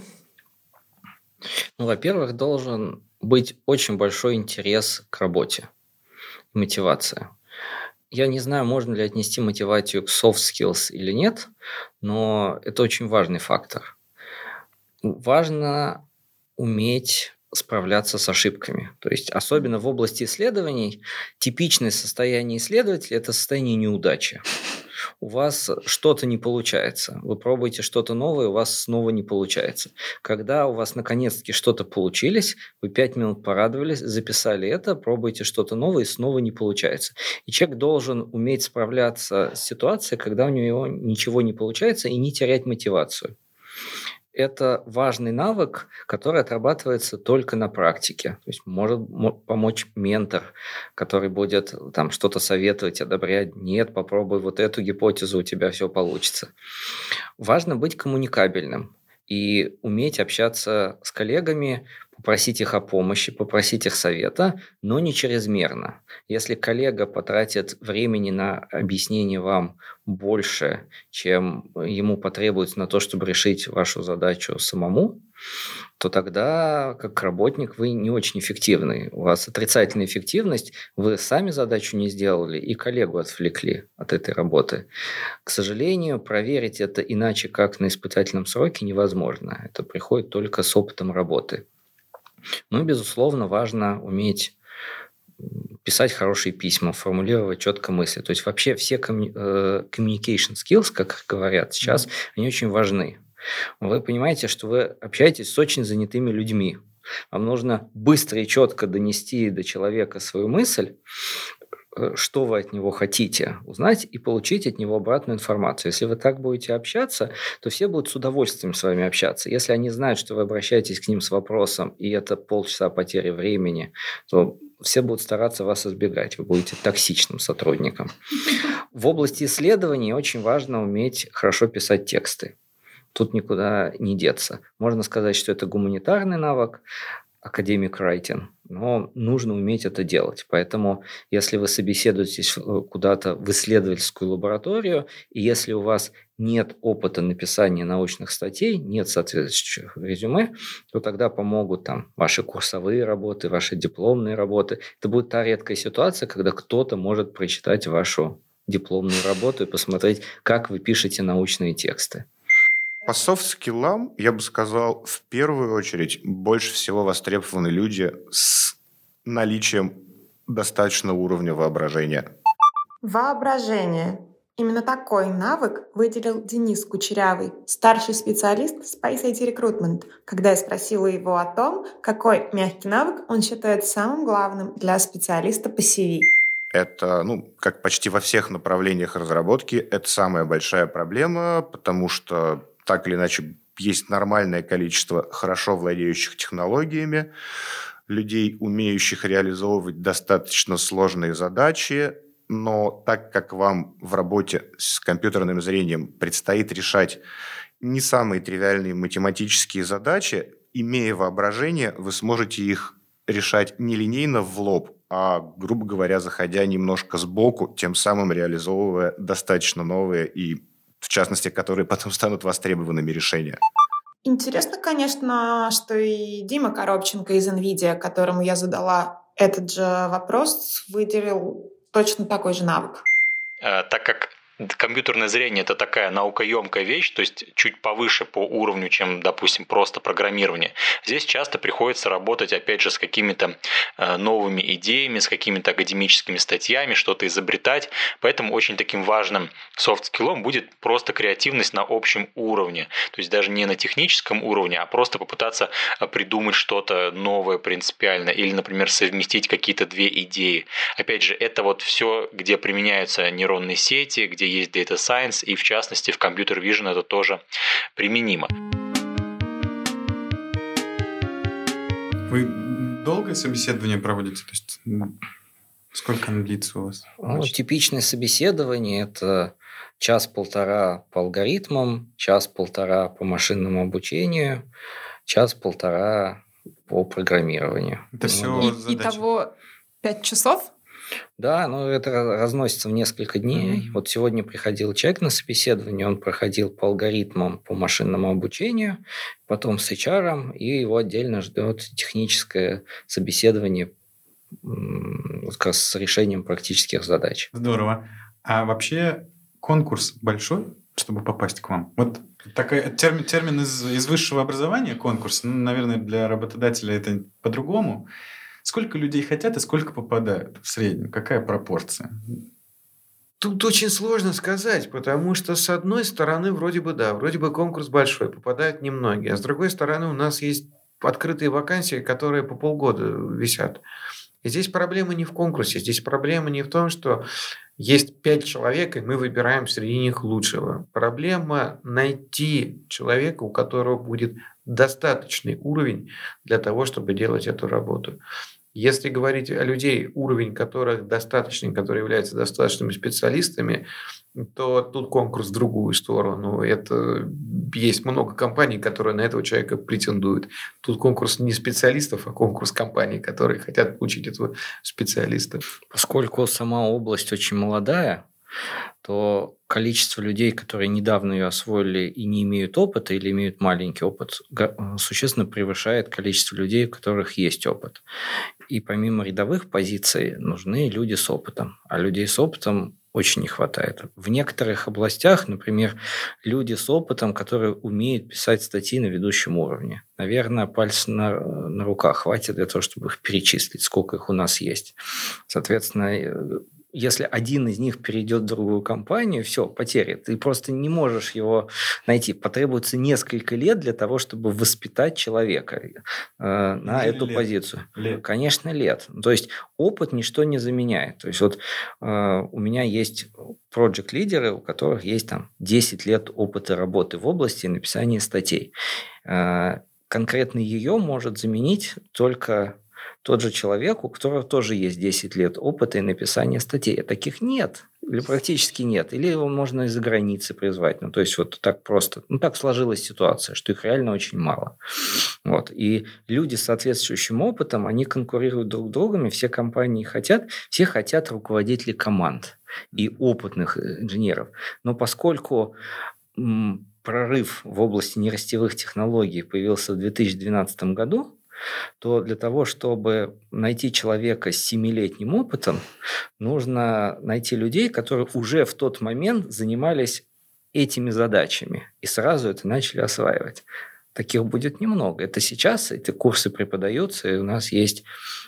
Ну, во-первых, должен быть очень большой интерес к работе. Мотивация. Я не знаю, можно ли отнести мотивацию к soft skills или нет, но это очень важный фактор. Важно уметь справляться с ошибками. То есть, особенно в области исследований, типичное состояние исследователя – это состояние неудачи. У вас что-то не получается. Вы пробуете что-то новое, у вас снова не получается. Когда у вас наконец-таки что-то получилось, вы пять минут порадовались, записали это, пробуете что-то новое, и снова не получается. И человек должен уметь справляться с ситуацией, когда у него ничего не получается, и не терять мотивацию. Это важный навык, который отрабатывается только на практике. То есть может помочь ментор, который будет там что-то советовать, одобрять. Нет, попробуй вот эту гипотезу, у тебя все получится. Важно быть коммуникабельным и уметь общаться с коллегами, попросить их о помощи, попросить их совета, но не чрезмерно. Если коллега потратит времени на объяснение вам больше, чем ему потребуется на то, чтобы решить вашу задачу самому, то тогда, как работник, вы не очень эффективны. У вас отрицательная эффективность, вы сами задачу не сделали и коллегу отвлекли от этой работы. К сожалению, проверить это иначе, как на испытательном сроке, невозможно. Это приходит только с опытом работы. Ну, безусловно, важно уметь писать хорошие письма, формулировать четко мысли. То есть вообще все communication skills, как говорят сейчас, mm-hmm. они очень важны. Вы понимаете, что вы общаетесь с очень занятыми людьми. Вам нужно быстро и четко донести до человека свою мысль, что вы от него хотите узнать, и получить от него обратную информацию. Если вы так будете общаться, то все будут с удовольствием с вами общаться. Если они знают, что вы обращаетесь к ним с вопросом, и это полчаса потери времени, то все будут стараться вас избегать. Вы будете токсичным сотрудником. В области исследований очень важно уметь хорошо писать тексты. Тут никуда не деться. Можно сказать, что это гуманитарный навык, academic writing, но нужно уметь это делать. Поэтому, если вы собеседуетесь куда-то в исследовательскую лабораторию, и если у вас нет опыта написания научных статей, нет соответствующих резюме, то тогда помогут там ваши курсовые работы, ваши дипломные работы. Это будет та редкая ситуация, когда кто-то может прочитать вашу дипломную работу и посмотреть, как вы пишете научные тексты. По софт-скиллам, я бы сказал, в первую очередь больше всего востребованы люди с наличием достаточного уровня воображения. Воображение. Именно такой навык выделил Денис Кучерявый, старший специалист Space ай ти Recruitment, когда я спросила его о том, какой мягкий навык он считает самым главным для специалиста по си ви. Это, ну, как почти во всех направлениях разработки, это самая большая проблема, потому что так или иначе есть нормальное количество хорошо владеющих технологиями, людей, умеющих реализовывать достаточно сложные задачи, но так как вам в работе с компьютерным зрением предстоит решать не самые тривиальные математические задачи, имея воображение, вы сможете их решать не линейно в лоб, а, грубо говоря, заходя немножко сбоку, тем самым реализовывая достаточно новые и, в частности, которые потом станут востребованными решения. Интересно, конечно, что и Дима Коробченко из NVIDIA, которому я задала этот же вопрос, выделил точно такой же навык. А, так как компьютерное зрение – это такая наукоемкая вещь, то есть чуть повыше по уровню, чем, допустим, просто программирование. Здесь часто приходится работать, опять же, с какими-то новыми идеями, с какими-то академическими статьями, что-то изобретать. Поэтому очень таким важным софт-скиллом будет просто креативность на общем уровне. То есть даже не на техническом уровне, а просто попытаться придумать что-то новое принципиально или, например, совместить какие-то две идеи. Опять же, это вот все, где применяются нейронные сети, где есть Data Science, и в частности в Computer Vision это тоже применимо. Вы долгое собеседование проводите? То есть, сколько оно длится у вас? Ну, типичное собеседование – это час-полтора по алгоритмам, час-полтора по машинному обучению, час-полтора по программированию. Это все И, задачи. итого пять часов? Да, но это разносится в несколько дней. Mm-hmm. Вот сегодня приходил человек на собеседование, он проходил по алгоритмам, по машинному обучению, потом с эйч ар, и его отдельно ждет техническое собеседование как раз с решением практических задач. Здорово. А вообще конкурс большой, чтобы попасть к вам? Вот такой термин, термин из, из высшего образования, конкурс, ну, наверное, для работодателя это по-другому. Сколько людей хотят и сколько попадают в среднем? Какая пропорция? Тут очень сложно сказать, потому что с одной стороны вроде бы да, вроде бы конкурс большой, попадают немногие, а с другой стороны у нас есть открытые вакансии, которые по полгода висят. И здесь проблема не в конкурсе, здесь проблема не в том, что есть пять человек, и мы выбираем среди них лучшего. Проблема найти человека, у которого будет достаточный уровень для того, чтобы делать эту работу. Если говорить о людей, уровень которых достаточный, которые являются достаточными специалистами, то тут конкурс в другую сторону. Это есть много компаний, которые на этого человека претендуют. Тут конкурс не специалистов, а конкурс компаний, которые хотят получить этого специалиста. Поскольку сама область очень молодая, то количество людей, которые недавно ее освоили и не имеют опыта или имеют маленький опыт, существенно превышает количество людей, у которых есть опыт. И помимо рядовых позиций нужны люди с опытом. А людей с опытом очень не хватает. В некоторых областях, например, люди с опытом, которые умеют писать статьи на ведущем уровне. Наверное, пальцев на, на руках хватит для того, чтобы их перечислить, сколько их у нас есть. Соответственно, если один из них перейдет в другую компанию, все, потеря. Ты просто не можешь его найти. Потребуется несколько лет для того, чтобы воспитать человека э, на Или эту лет. позицию. Лет. Конечно, лет. То есть опыт ничто не заменяет. То есть вот э, у меня есть проект-лидеры, у которых есть там десять лет опыта работы в области написания статей. Э, конкретно ее может заменить только тот же человек, у которого тоже есть десять лет опыта и написания статей. А таких нет. Или практически нет. Или его можно из-за границы призвать. Ну, то есть, вот так просто. Ну, так сложилась ситуация, что их реально очень мало. Вот. И люди с соответствующим опытом, они конкурируют друг с другом, и все компании хотят, все хотят руководителей команд и опытных инженеров. Но поскольку м, прорыв в области нерастевых технологий появился в две тысячи двенадцатом году, то для того, чтобы найти человека с семилетним опытом, нужно найти людей, которые уже в тот момент занимались этими задачами и сразу это начали осваивать. Таких будет немного. Это сейчас эти курсы преподаются, и у нас есть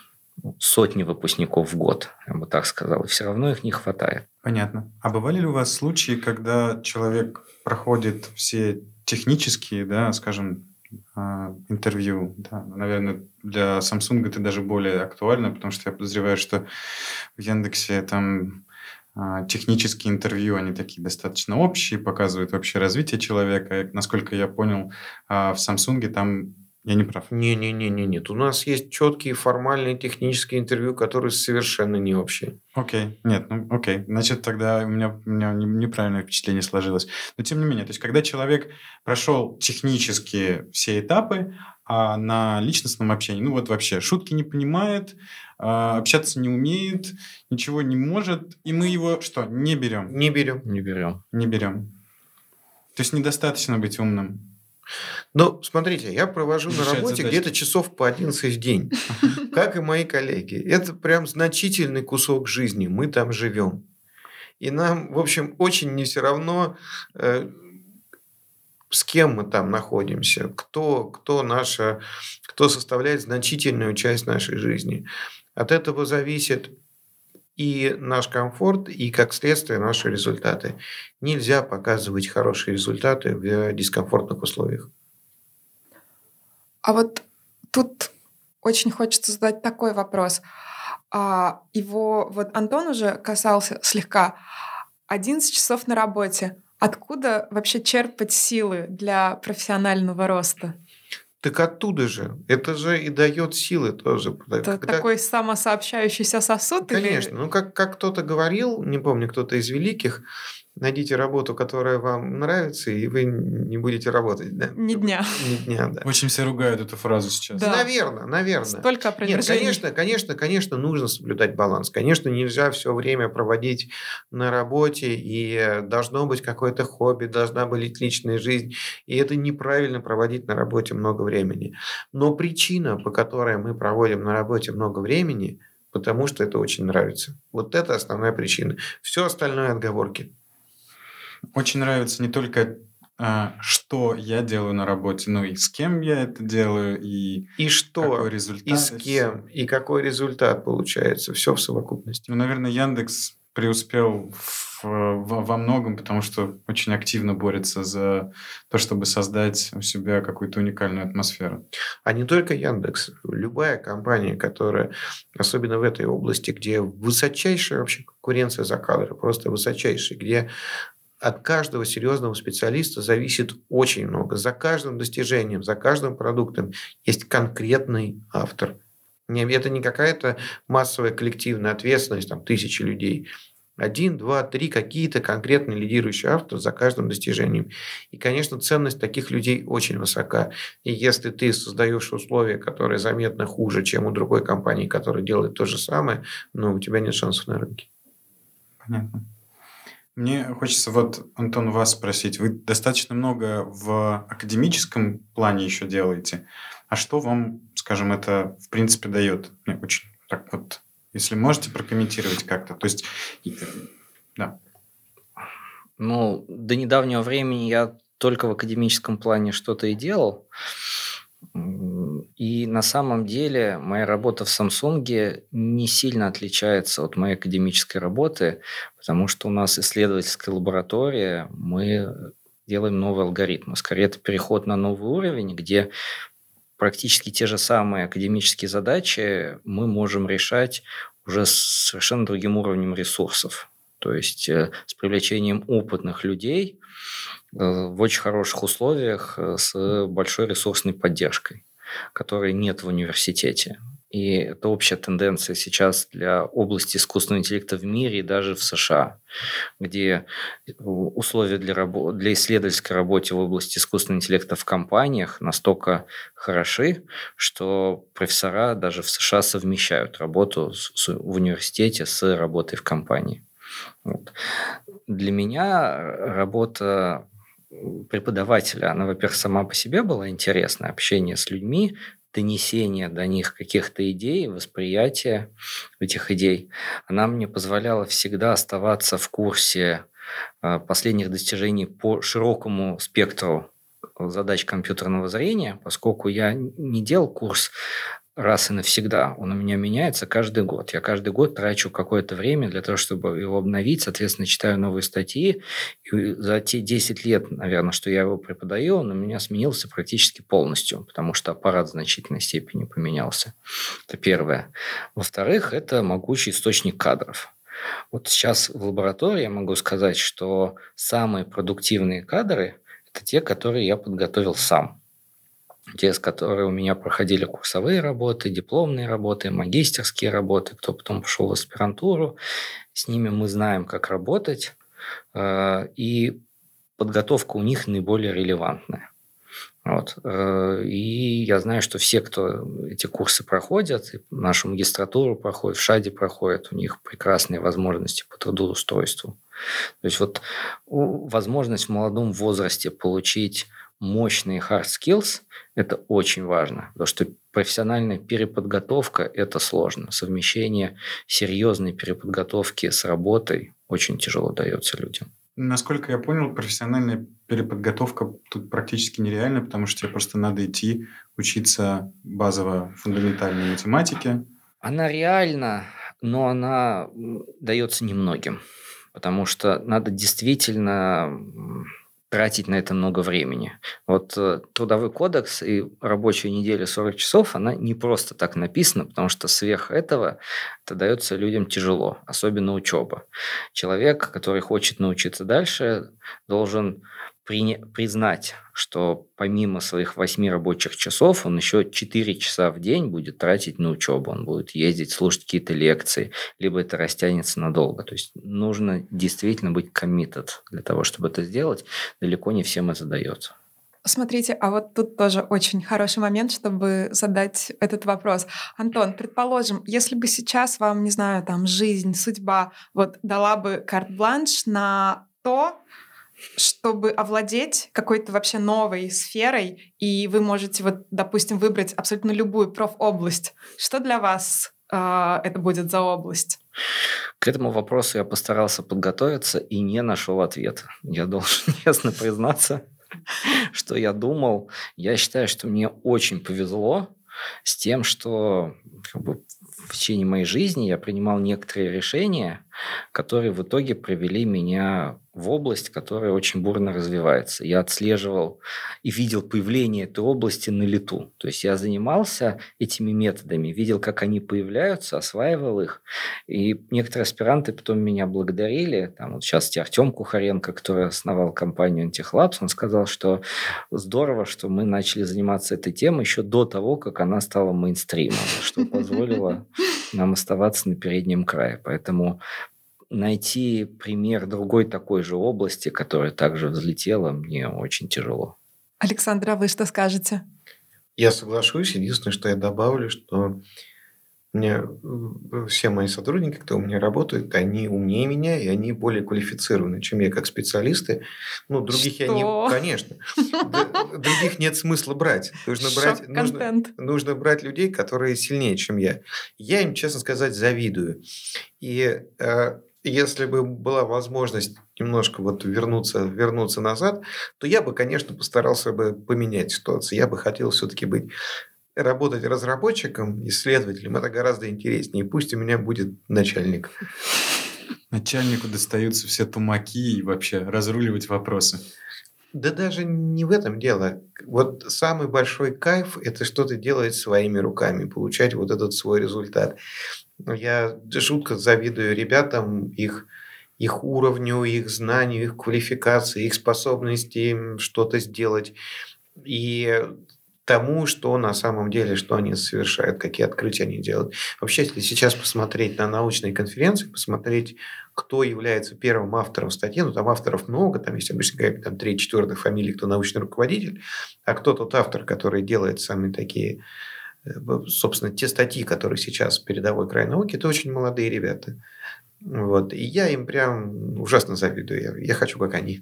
сотни выпускников в год, я бы так сказал, и все равно их не хватает. Понятно. А бывали ли у вас случаи, когда человек проходит все технические, да, скажем, интервью, да, наверное, для Samsung это даже более актуально, потому что я подозреваю, что в Яндексе там технические интервью, они такие достаточно общие, показывают общее развитие человека. И, насколько я понял, в Samsung там я не прав. Не-не-не, нет. У нас есть четкие формальные технические интервью, которые совершенно не общие. Окей, нет, ну окей. Значит, тогда у меня, у меня неправильное впечатление сложилось. Но тем не менее, то есть, когда человек прошел технически все этапы, а на личностном общении, ну вот вообще, шутки не понимает, общаться не умеет, ничего не может, и мы его что, не берем? Не берем. Не берем. Не берем. То есть, недостаточно быть умным. Ну, смотрите, я провожу Решать на работе задачки. где-то часов по одиннадцать в день, как и мои коллеги. Это прям значительный кусок жизни, мы там живем. И нам, в общем, очень не все равно, э, с кем мы там находимся, кто, кто, наша, кто составляет значительную часть нашей жизни. От этого зависит и наш комфорт, и, как следствие, наши результаты. Нельзя показывать хорошие результаты в дискомфортных условиях. А вот тут очень хочется задать такой вопрос. А, его вот Антон уже касался слегка. одиннадцать часов на работе. Откуда вообще черпать силы для профессионального роста? Так оттуда же. Это же и дает силы тоже. Это Когда... такой самосообщающийся сосуд? Конечно. Или... Ну, как, как кто-то говорил, не помню, кто-то из великих, найдите работу, которая вам нравится, и вы не будете работать. Да? Ни дня. Ни дня, да. Очень все ругают эту фразу сейчас. Да. Наверное, наверное. Столько опровержений. Нет, конечно, конечно, конечно, нужно соблюдать баланс. Конечно, нельзя все время проводить на работе, и должно быть какое-то хобби, должна быть личная жизнь. И это неправильно проводить на работе много времени. Но причина, по которой мы проводим на работе много времени, потому что это очень нравится. Вот это основная причина. Все остальное отговорки. Очень нравится не только а, что я делаю на работе, но и с кем я это делаю, и, и что, какой результат. И с кем, и какой результат получается. Все в совокупности. Ну, наверное, Яндекс преуспел в, в, во многом, потому что очень активно борется за то, чтобы создать у себя какую-то уникальную атмосферу. А не только Яндекс. Любая компания, которая, особенно в этой области, где высочайшая вообще конкуренция за кадры, просто высочайшая, где от каждого серьезного специалиста зависит очень много. За каждым достижением, за каждым продуктом есть конкретный автор. Это не какая-то массовая коллективная ответственность, там, тысячи людей. Один, два, три, какие-то конкретные лидирующие авторы за каждым достижением. И, конечно, ценность таких людей очень высока. И если ты создаешь условия, которые заметно хуже, чем у другой компании, которая делает то же самое, ну, у тебя нет шансов на рынке. Понятно. Мне хочется вот, Антон, вас спросить. Вы достаточно много в академическом плане еще делаете. А что вам, скажем, это в принципе дает? Мне очень так вот, если можете прокомментировать как-то. То есть, да. Ну, до недавнего времени я только в академическом плане что-то и делал. И на самом деле моя работа в Samsung не сильно отличается от моей академической работы, потому что у нас исследовательская лаборатория, мы делаем новые алгоритмы. Скорее, это переход на новый уровень, где практически те же самые академические задачи мы можем решать уже с совершенно другим уровнем ресурсов. То есть с привлечением опытных людей в очень хороших условиях с большой ресурсной поддержкой, которой нет в университете. И это общая тенденция сейчас для области искусственного интеллекта в мире и даже в США, где условия для, рабо- для исследовательской работы в области искусственного интеллекта в компаниях настолько хороши, что профессора даже в США совмещают работу с, с, в университете с работой в компании. Вот. Для меня работа преподавателя, она, во-первых, сама по себе была интересна, общение с людьми, донесение до них каких-то идей, восприятие этих идей. Она мне позволяла всегда оставаться в курсе последних достижений по широкому спектру задач компьютерного зрения, поскольку я не делал курс раз и навсегда. Он у меня меняется каждый год. Я каждый год трачу какое-то время для того, чтобы его обновить. Соответственно, читаю новые статьи. И за те десять лет, наверное, что я его преподаю, он у меня сменился практически полностью, потому что аппарат в значительной степени поменялся. Это первое. Во-вторых, это могучий источник кадров. Вот сейчас в лаборатории я могу сказать, что самые продуктивные кадры – это те, которые я подготовил сам. Те, с которыми у меня проходили курсовые работы, дипломные работы, магистерские работы, кто потом пошел в аспирантуру. С ними мы знаем, как работать, и подготовка у них наиболее релевантная. Вот. И я знаю, что все, кто эти курсы проходят, нашу магистратуру проходят, в ШАДе проходят, у них прекрасные возможности по трудоустройству. То есть вот возможность в молодом возрасте получить мощные hard skills – это очень важно, потому что профессиональная переподготовка – это сложно. Совмещение серьезной переподготовки с работой очень тяжело дается людям. Насколько я понял, профессиональная переподготовка тут практически нереальна, потому что тебе просто надо идти учиться базово-фундаментальной математике. Она реальна, но она дается немногим, потому что надо действительно тратить на это много времени. Вот э, трудовой кодекс и рабочая неделя сорок часов, она не просто так написана, потому что сверх этого это дается людям тяжело, особенно учеба. Человек, который хочет научиться дальше, должен приня- признать, что помимо своих восьми рабочих часов он еще четыре часа в день будет тратить на учебу. Он будет ездить, слушать какие-то лекции, либо это растянется надолго. То есть нужно действительно быть committed для того, чтобы это сделать. Далеко не всем это дается. Смотрите, а вот тут тоже очень хороший момент, чтобы задать этот вопрос. Антон, предположим, если бы сейчас вам, не знаю, там жизнь, судьба вот дала бы карт-бланш на то, чтобы овладеть какой-то вообще новой сферой, и вы можете, вот, допустим, выбрать абсолютно любую профобласть. Что для вас э, это будет за область? К этому вопросу я постарался подготовиться и не нашел ответа. Я должен честно признаться, что я думал. Я считаю, что мне очень повезло с тем, что как бы, в течение моей жизни я принимал некоторые решения, которые в итоге привели меня в область, которая очень бурно развивается. Я отслеживал и видел появление этой области на лету. То есть я занимался этими методами, видел, как они появляются, осваивал их. И некоторые аспиранты потом меня благодарили. Там, вот сейчас Артем Кухаренко, который основал компанию Antixlabs, он сказал, что здорово, что мы начали заниматься этой темой еще до того, как она стала мейнстримом, что позволило нам оставаться на переднем крае. Поэтому найти пример другой такой же области, которая также взлетела, мне очень тяжело. Александр, а вы что скажете? Я соглашусь. Единственное, что я добавлю, что у меня все мои сотрудники, кто у меня работают, они умнее меня, и они более квалифицированы, чем я как специалисты. Ну, других я не... Конечно. Других нет смысла брать. Нужно брать, нужно, нужно брать людей, которые сильнее, чем я. Я им, честно сказать, завидую. И э, если бы была возможность немножко вот вернуться, вернуться назад, то я бы, конечно, постарался бы поменять ситуацию. Я бы хотел все-таки быть... Работать разработчиком, исследователем – это гораздо интереснее. Пусть у меня будет начальник. Начальнику достаются все тумаки и вообще разруливать вопросы. Да даже не в этом дело. Вот самый большой кайф – это что-то делать своими руками, получать вот этот свой результат. Я жутко завидую ребятам, их, их уровню, их знанию, их квалификации, их способности что-то сделать. И тому, что на самом деле, что они совершают, какие открытия они делают. Вообще, если сейчас посмотреть на научные конференции, посмотреть, кто является первым автором статьи, ну, там авторов много, там есть обычно какая-то там треть, четвертая фамилия, кто научный руководитель, а кто тот автор, который делает самые такие, собственно, те статьи, которые сейчас в передовой край науки, это очень молодые ребята. Вот. И я им прям ужасно завидую. Я, я хочу, как они.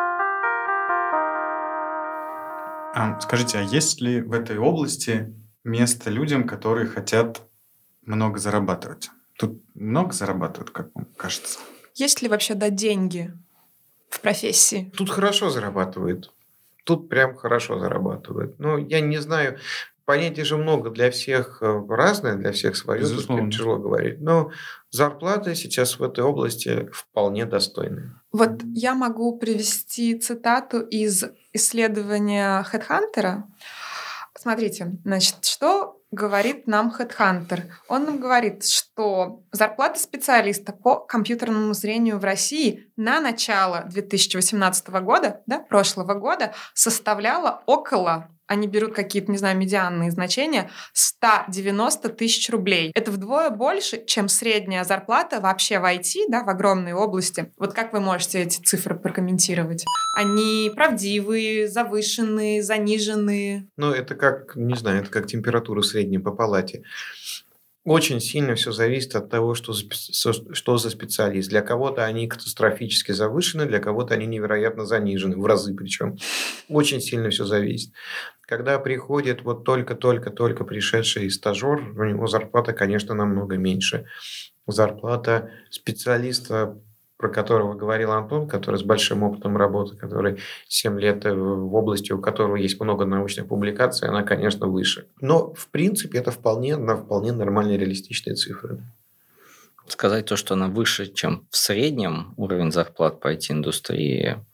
А, скажите, а есть ли в этой области место людям, которые хотят много зарабатывать? Тут много зарабатывают, как вам кажется? Есть ли вообще, да, деньги в профессии? Тут хорошо зарабатывают. Тут прям хорошо зарабатывают. Ну, я не знаю, понятий же много для всех разное, для всех свое. Тут тяжело говорить. Но зарплаты сейчас в этой области вполне достойные. Вот я могу привести цитату из исследования HeadHunter. Смотрите, значит, что говорит нам HeadHunter? Он нам говорит, что зарплата специалиста по компьютерному зрению в России на начало две тысячи восемнадцатого года, да, прошлого года, составляла около, они берут какие-то, не знаю, медианные значения, сто девяносто тысяч рублей. Это вдвое больше, чем средняя зарплата вообще в ай ти, да, в огромной области. Вот как вы можете эти цифры прокомментировать? Они правдивые, завышенные, заниженные? Ну, это как, не знаю, это как температура средняя по палате. Очень сильно все зависит от того, что за, что за специалист. Для кого-то они катастрофически завышены, для кого-то они невероятно занижены, в разы причем. Очень сильно все зависит. Когда приходит вот только-только-только пришедший стажер, у него зарплата, конечно, намного меньше. Зарплата специалиста, про которого говорил Антон, который с большим опытом работы, который семь лет в области, у которого есть много научных публикаций, она, конечно, выше. Но, в принципе, это вполне, вполне нормальные реалистичные цифры. Сказать то, что она выше, чем в среднем уровень зарплат по ай ти-индустрии,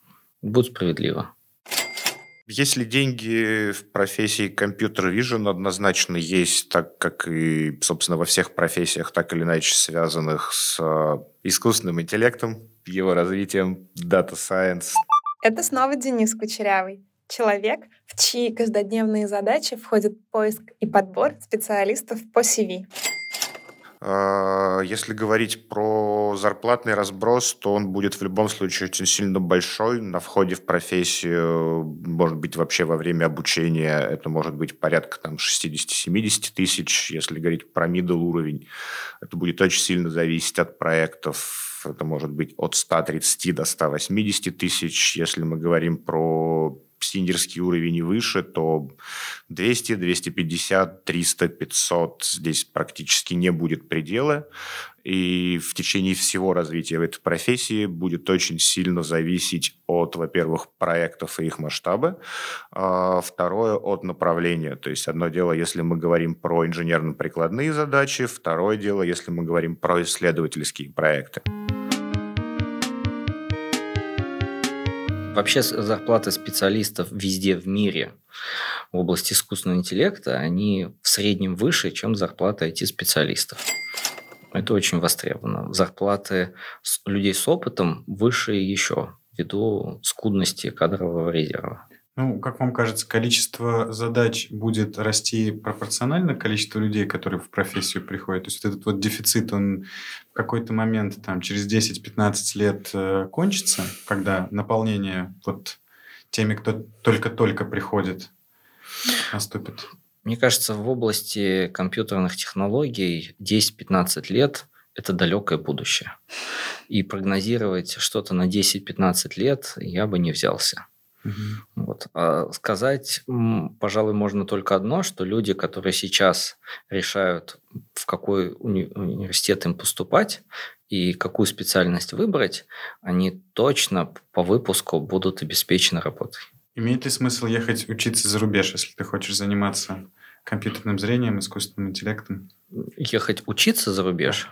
будет справедливо. Есть ли деньги в профессии компьютер вижн? Однозначно есть, так как и, собственно, во всех профессиях, так или иначе связанных с искусственным интеллектом, его развитием, Data Science. Это снова Денис Кучерявый. Человек, в чьи каждодневные задачи входит поиск и подбор специалистов по си ви. Если говорить про зарплатный разброс, то он будет в любом случае очень сильно большой. На входе в профессию, может быть, вообще во время обучения, это может быть порядка там, шестьдесят-семьдесят тысяч. Если говорить про middle уровень, это будет очень сильно зависеть от проектов. Это может быть от ста тридцати до ста восьмидесяти тысяч. Если мы говорим про синьорский уровень и выше, то двести, двести пятьдесят, триста, пятьсот здесь практически не будет предела. И в течение всего развития этой профессии будет очень сильно зависеть от, во-первых, проектов и их масштаба, а второе, от направления. То есть одно дело, если мы говорим про инженерно-прикладные задачи, второе дело, если мы говорим про исследовательские проекты. Вообще зарплаты специалистов везде в мире в области искусственного интеллекта, они в среднем выше, чем зарплаты ай ти-специалистов. Это очень востребовано. Зарплаты людей с опытом выше еще, ввиду скудности кадрового резерва. Ну, как вам кажется, количество задач будет расти пропорционально количеству людей, которые в профессию приходят? То есть вот этот вот дефицит, он в какой-то момент, там, через десять-пятнадцать лет э, кончится, когда наполнение вот теми, кто только-только приходит, наступит? Мне кажется, в области компьютерных технологий десять-пятнадцать лет – это далекое будущее. И прогнозировать что-то на десять-пятнадцать лет я бы не взялся. Угу. Вот. А сказать, пожалуй, можно только одно, что люди, которые сейчас решают, в какой уни- университет им поступать и какую специальность выбрать, они точно по выпуску будут обеспечены работой. Имеет ли смысл ехать учиться за рубеж, если ты хочешь заниматься компьютерным зрением, искусственным интеллектом? Ехать учиться за рубеж?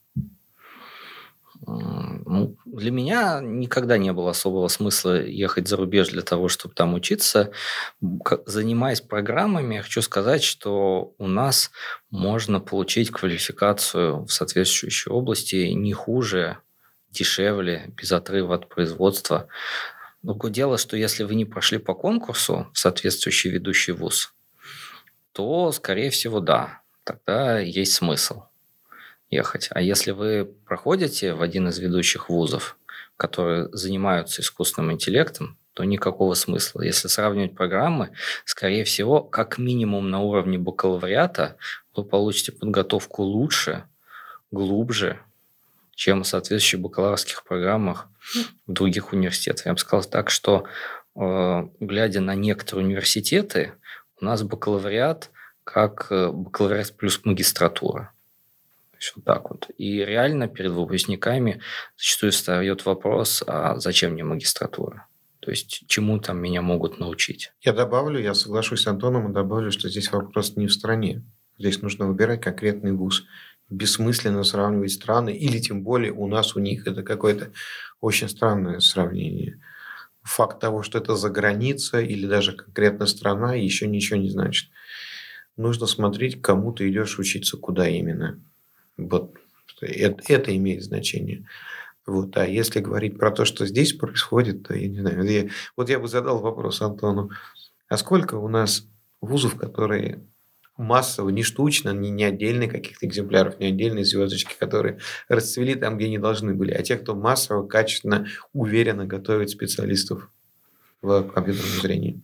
Ну, для меня никогда не было особого смысла ехать за рубеж для того, чтобы там учиться. Занимаясь программами, я хочу сказать, что у нас можно получить квалификацию в соответствующей области не хуже, дешевле, без отрыва от производства. Другое дело, что если вы не прошли по конкурсу в соответствующий ведущий вуз, то, скорее всего, да, тогда есть смысл ехать. А если вы проходите в один из ведущих вузов, которые занимаются искусственным интеллектом, то никакого смысла. Если сравнивать программы, скорее всего, как минимум на уровне бакалавриата вы получите подготовку лучше, глубже, чем в соответствующих бакалаврских программах в других университетах. Я бы сказал так, что, э, глядя на некоторые университеты, у нас бакалавриат как бакалавриат плюс магистратура. Вот так вот. И реально перед выпускниками зачастую встает вопрос, а зачем мне магистратура? То есть чему там меня могут научить? Я добавлю, я соглашусь с Антоном и добавлю, что здесь вопрос не в стране. Здесь нужно выбирать конкретный вуз. Бессмысленно сравнивать страны, или тем более у нас, у них. Это какое-то очень странное сравнение. Факт того, что это за граница или даже конкретно страна, еще ничего не значит. Нужно смотреть, кому ты идешь учиться, куда именно. Вот это, это имеет значение. Вот. А если говорить про то, что здесь происходит, то я не знаю. Я, вот я бы задал вопрос Антону. А сколько у нас вузов, которые массово, не штучно, не, не отдельные каких-то экземпляров, не отдельные звездочки, которые расцвели там, где не должны были, а те, кто массово, качественно, уверенно готовит специалистов в компьютерном зрении?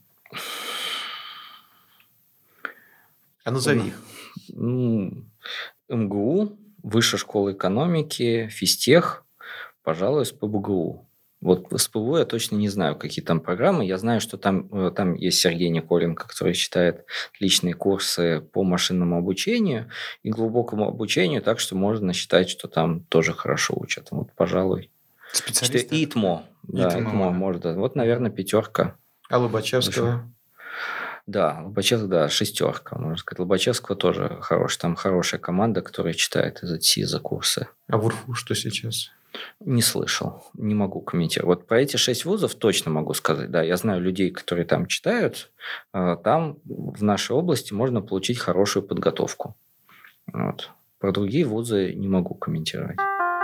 А назови их. Ну, эм гэ у, Высшая школа экономики, физтех, пожалуй, эс пэ бэ гэ у. Вот с пэ вэ у я точно не знаю, какие там программы. Я знаю, что там, там есть Сергей Николенко, который читает личные курсы по машинному обучению и глубокому обучению, так что можно считать, что там тоже хорошо учат. Вот, пожалуй. Специалисты? И ИТМО. Да, ИТМО, ИТМО, да. может. Да. Вот, наверное, пятерка. А Лобачевского? Да, Лобачевского, да, шестерка, можно сказать. Лобачевского тоже хорош. Там хорошая команда, которая читает из эй ти си за курсы. А в УРФУ что сейчас? Не слышал, не могу комментировать. Вот про эти шесть вузов точно могу сказать. Да, я знаю людей, которые там читают. Там в нашей области можно получить хорошую подготовку. Вот. Про другие вузы не могу комментировать.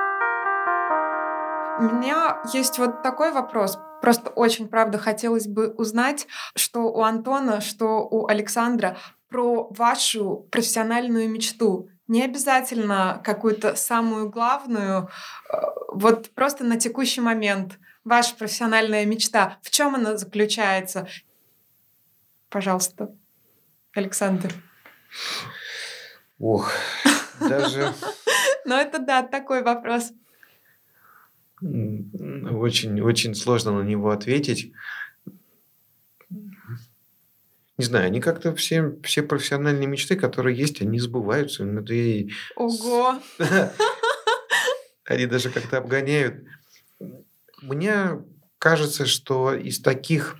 У меня есть вот такой вопрос. Просто очень, правда, хотелось бы узнать, что у Антона, что у Александра, про вашу профессиональную мечту. Не обязательно какую-то самую главную, вот просто на текущий момент. Ваша профессиональная мечта. В чем она заключается? Пожалуйста, Александр. Ох, даже... Ну это да, такой вопрос. Очень, очень сложно на него ответить. Не знаю, они как-то все, все профессиональные мечты, которые есть, они сбываются. И... Ого! Они даже как-то обгоняют. Мне кажется, что из таких...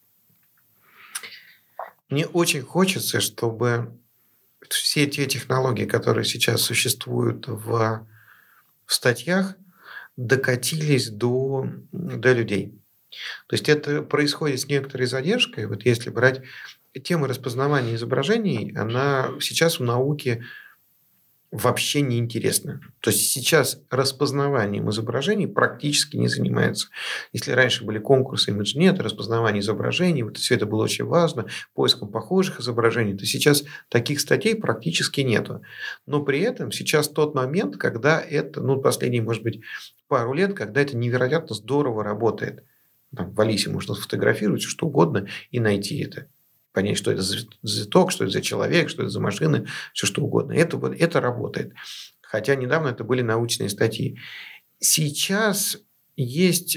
Мне очень хочется, чтобы все те технологии, которые сейчас существуют в, в статьях, докатились до, до людей. То есть это происходит с некоторой задержкой. Вот если брать тему распознавания изображений, она сейчас в науке вообще не интересна. То есть сейчас распознаванием изображений практически не занимаются. Если раньше были конкурсы ImageNet, распознавание изображений, вот все это было очень важно, поиском похожих изображений, то сейчас таких статей практически нету. Но при этом сейчас тот момент, когда это, ну, последние, может быть, пару лет, когда это невероятно здорово работает. Там, в Алисе можно сфотографировать что угодно и найти это. Понять, что это за цветок, что это за человек, что это за машины, все что угодно. Это, это работает. Хотя недавно это были научные статьи. Сейчас есть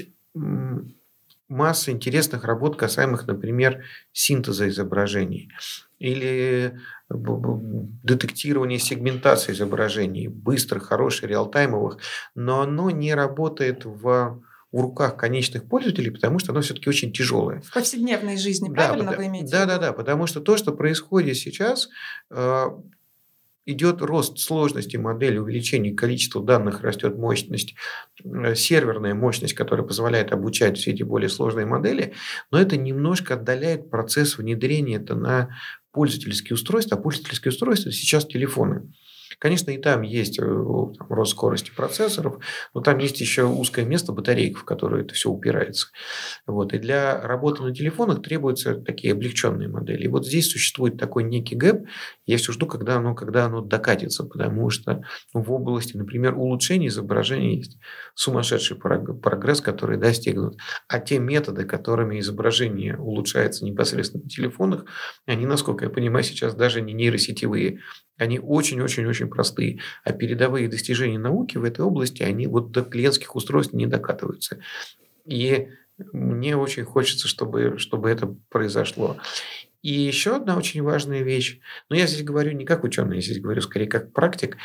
масса интересных работ, касаемых, например, синтеза изображений или детектирования сегментации изображений, быстрых, хороших, реалтаймовых, но оно не работает в... в руках конечных пользователей, потому что оно все-таки очень тяжелое. В повседневной жизни, да, правильно да, вы имеете да, в виду? Да, да, потому что то, что происходит сейчас, э, идет рост сложности модели, увеличение количества данных, растет мощность, э, серверная мощность, которая позволяет обучать все эти более сложные модели, но это немножко отдаляет процесс внедрения это на пользовательские устройства, а пользовательские устройства сейчас телефоны. Конечно, и там есть там, рост скорости процессоров, но там есть еще узкое место батарейк, в которое это все упирается. Вот. И для работы на телефонах требуются такие облегченные модели. И вот здесь существует такой некий гэп. Я все жду, когда оно, когда оно докатится, потому что ну, в области, например, улучшения изображения есть сумасшедший прогресс, который достигнут. А те методы, которыми изображение улучшается непосредственно на телефонах, они, насколько я понимаю, сейчас даже не нейросетевые. Они очень-очень-очень простые. А передовые достижения науки в этой области, они вот до клиентских устройств не докатываются. И мне очень хочется, чтобы, чтобы это произошло. И еще одна очень важная вещь. Но я здесь говорю не как ученый, я здесь говорю скорее как практик.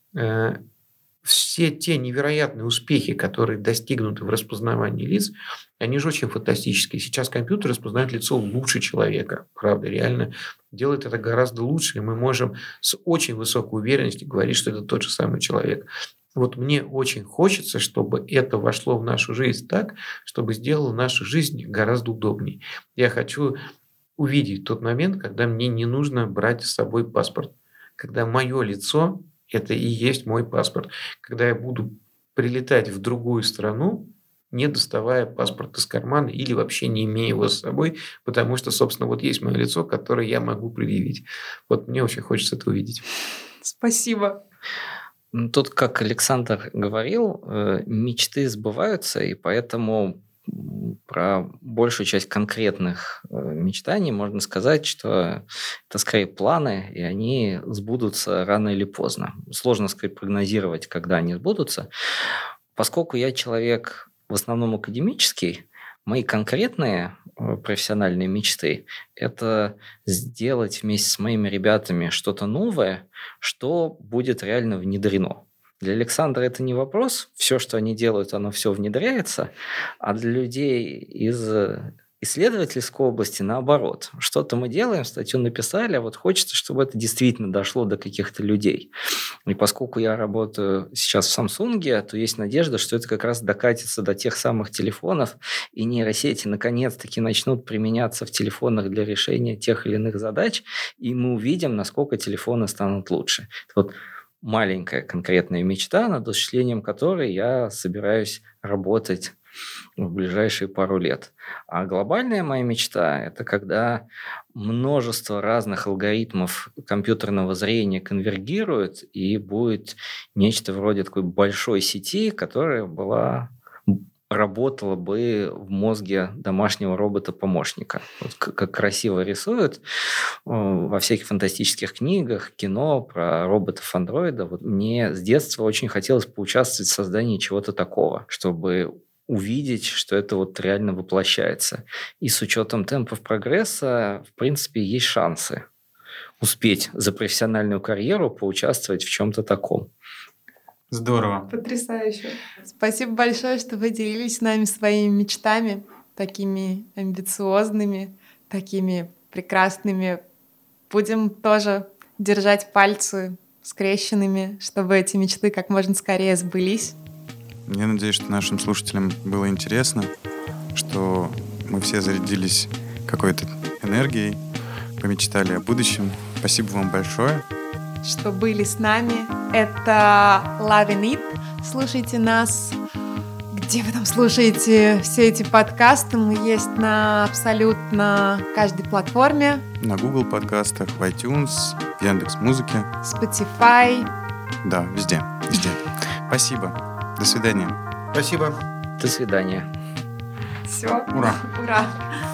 Все те невероятные успехи, которые достигнуты в распознавании лиц, они же очень фантастические. Сейчас компьютер распознает лицо лучше человека. Правда, реально делает это гораздо лучше. И мы можем с очень высокой уверенностью говорить, что это тот же самый человек. Вот мне очень хочется, чтобы это вошло в нашу жизнь так, чтобы сделало нашу жизнь гораздо удобнее. Я хочу увидеть тот момент, когда мне не нужно брать с собой паспорт. Когда мое лицо – это и есть мой паспорт. Когда я буду прилетать в другую страну, не доставая паспорт из кармана или вообще не имея его с собой, потому что, собственно, вот есть мое лицо, которое я могу предъявить. Вот мне очень хочется это увидеть. Спасибо. Тут, как Александр говорил, мечты сбываются, и поэтому про большую часть конкретных мечтаний можно сказать, что это скорее планы, и они сбудутся рано или поздно. Сложно сказать, прогнозировать, когда они сбудутся. Поскольку я человек в основном академический, мои конкретные профессиональные мечты – это сделать вместе с моими ребятами что-то новое, что будет реально внедрено. Для Александра это не вопрос. Все, что они делают, оно все внедряется. А для людей из исследовательской области наоборот. Что-то мы делаем, статью написали, а вот хочется, чтобы это действительно дошло до каких-то людей. И поскольку я работаю сейчас в Samsung, то есть надежда, что это как раз докатится до тех самых телефонов, и нейросети наконец-таки начнут применяться в телефонах для решения тех или иных задач, и мы увидим, насколько телефоны станут лучше. Вот маленькая конкретная мечта, над осуществлением которой я собираюсь работать в ближайшие пару лет. А глобальная моя мечта – это когда множество разных алгоритмов компьютерного зрения конвергируют, и будет нечто вроде такой большой сети, которая была... работала бы в мозге домашнего робота-помощника. Вот как красиво рисуют во всяких фантастических книгах, кино про роботов-андроидов. Вот мне с детства очень хотелось поучаствовать в создании чего-то такого, чтобы увидеть, что это вот реально воплощается. И с учетом темпов прогресса, в принципе, есть шансы успеть за профессиональную карьеру поучаствовать в чем-то таком. Здорово. Потрясающе. Спасибо большое, что вы делились с нами своими мечтами, такими амбициозными, такими прекрасными. Будем тоже держать пальцы скрещенными, чтобы эти мечты как можно скорее сбылись. Я надеюсь, что нашим слушателям было интересно, что мы все зарядились какой-то энергией, помечтали о будущем. Спасибо вам большое. Что были с нами. Это Lovin' It. Слушайте нас, где вы там слушаете все эти подкасты. Мы есть на абсолютно каждой платформе. На Google подкастах, в iTunes, в Яндекс.Музыке. Spotify. Да, везде, везде. Спасибо. До свидания. Спасибо. До свидания. Все. Ура. Ура.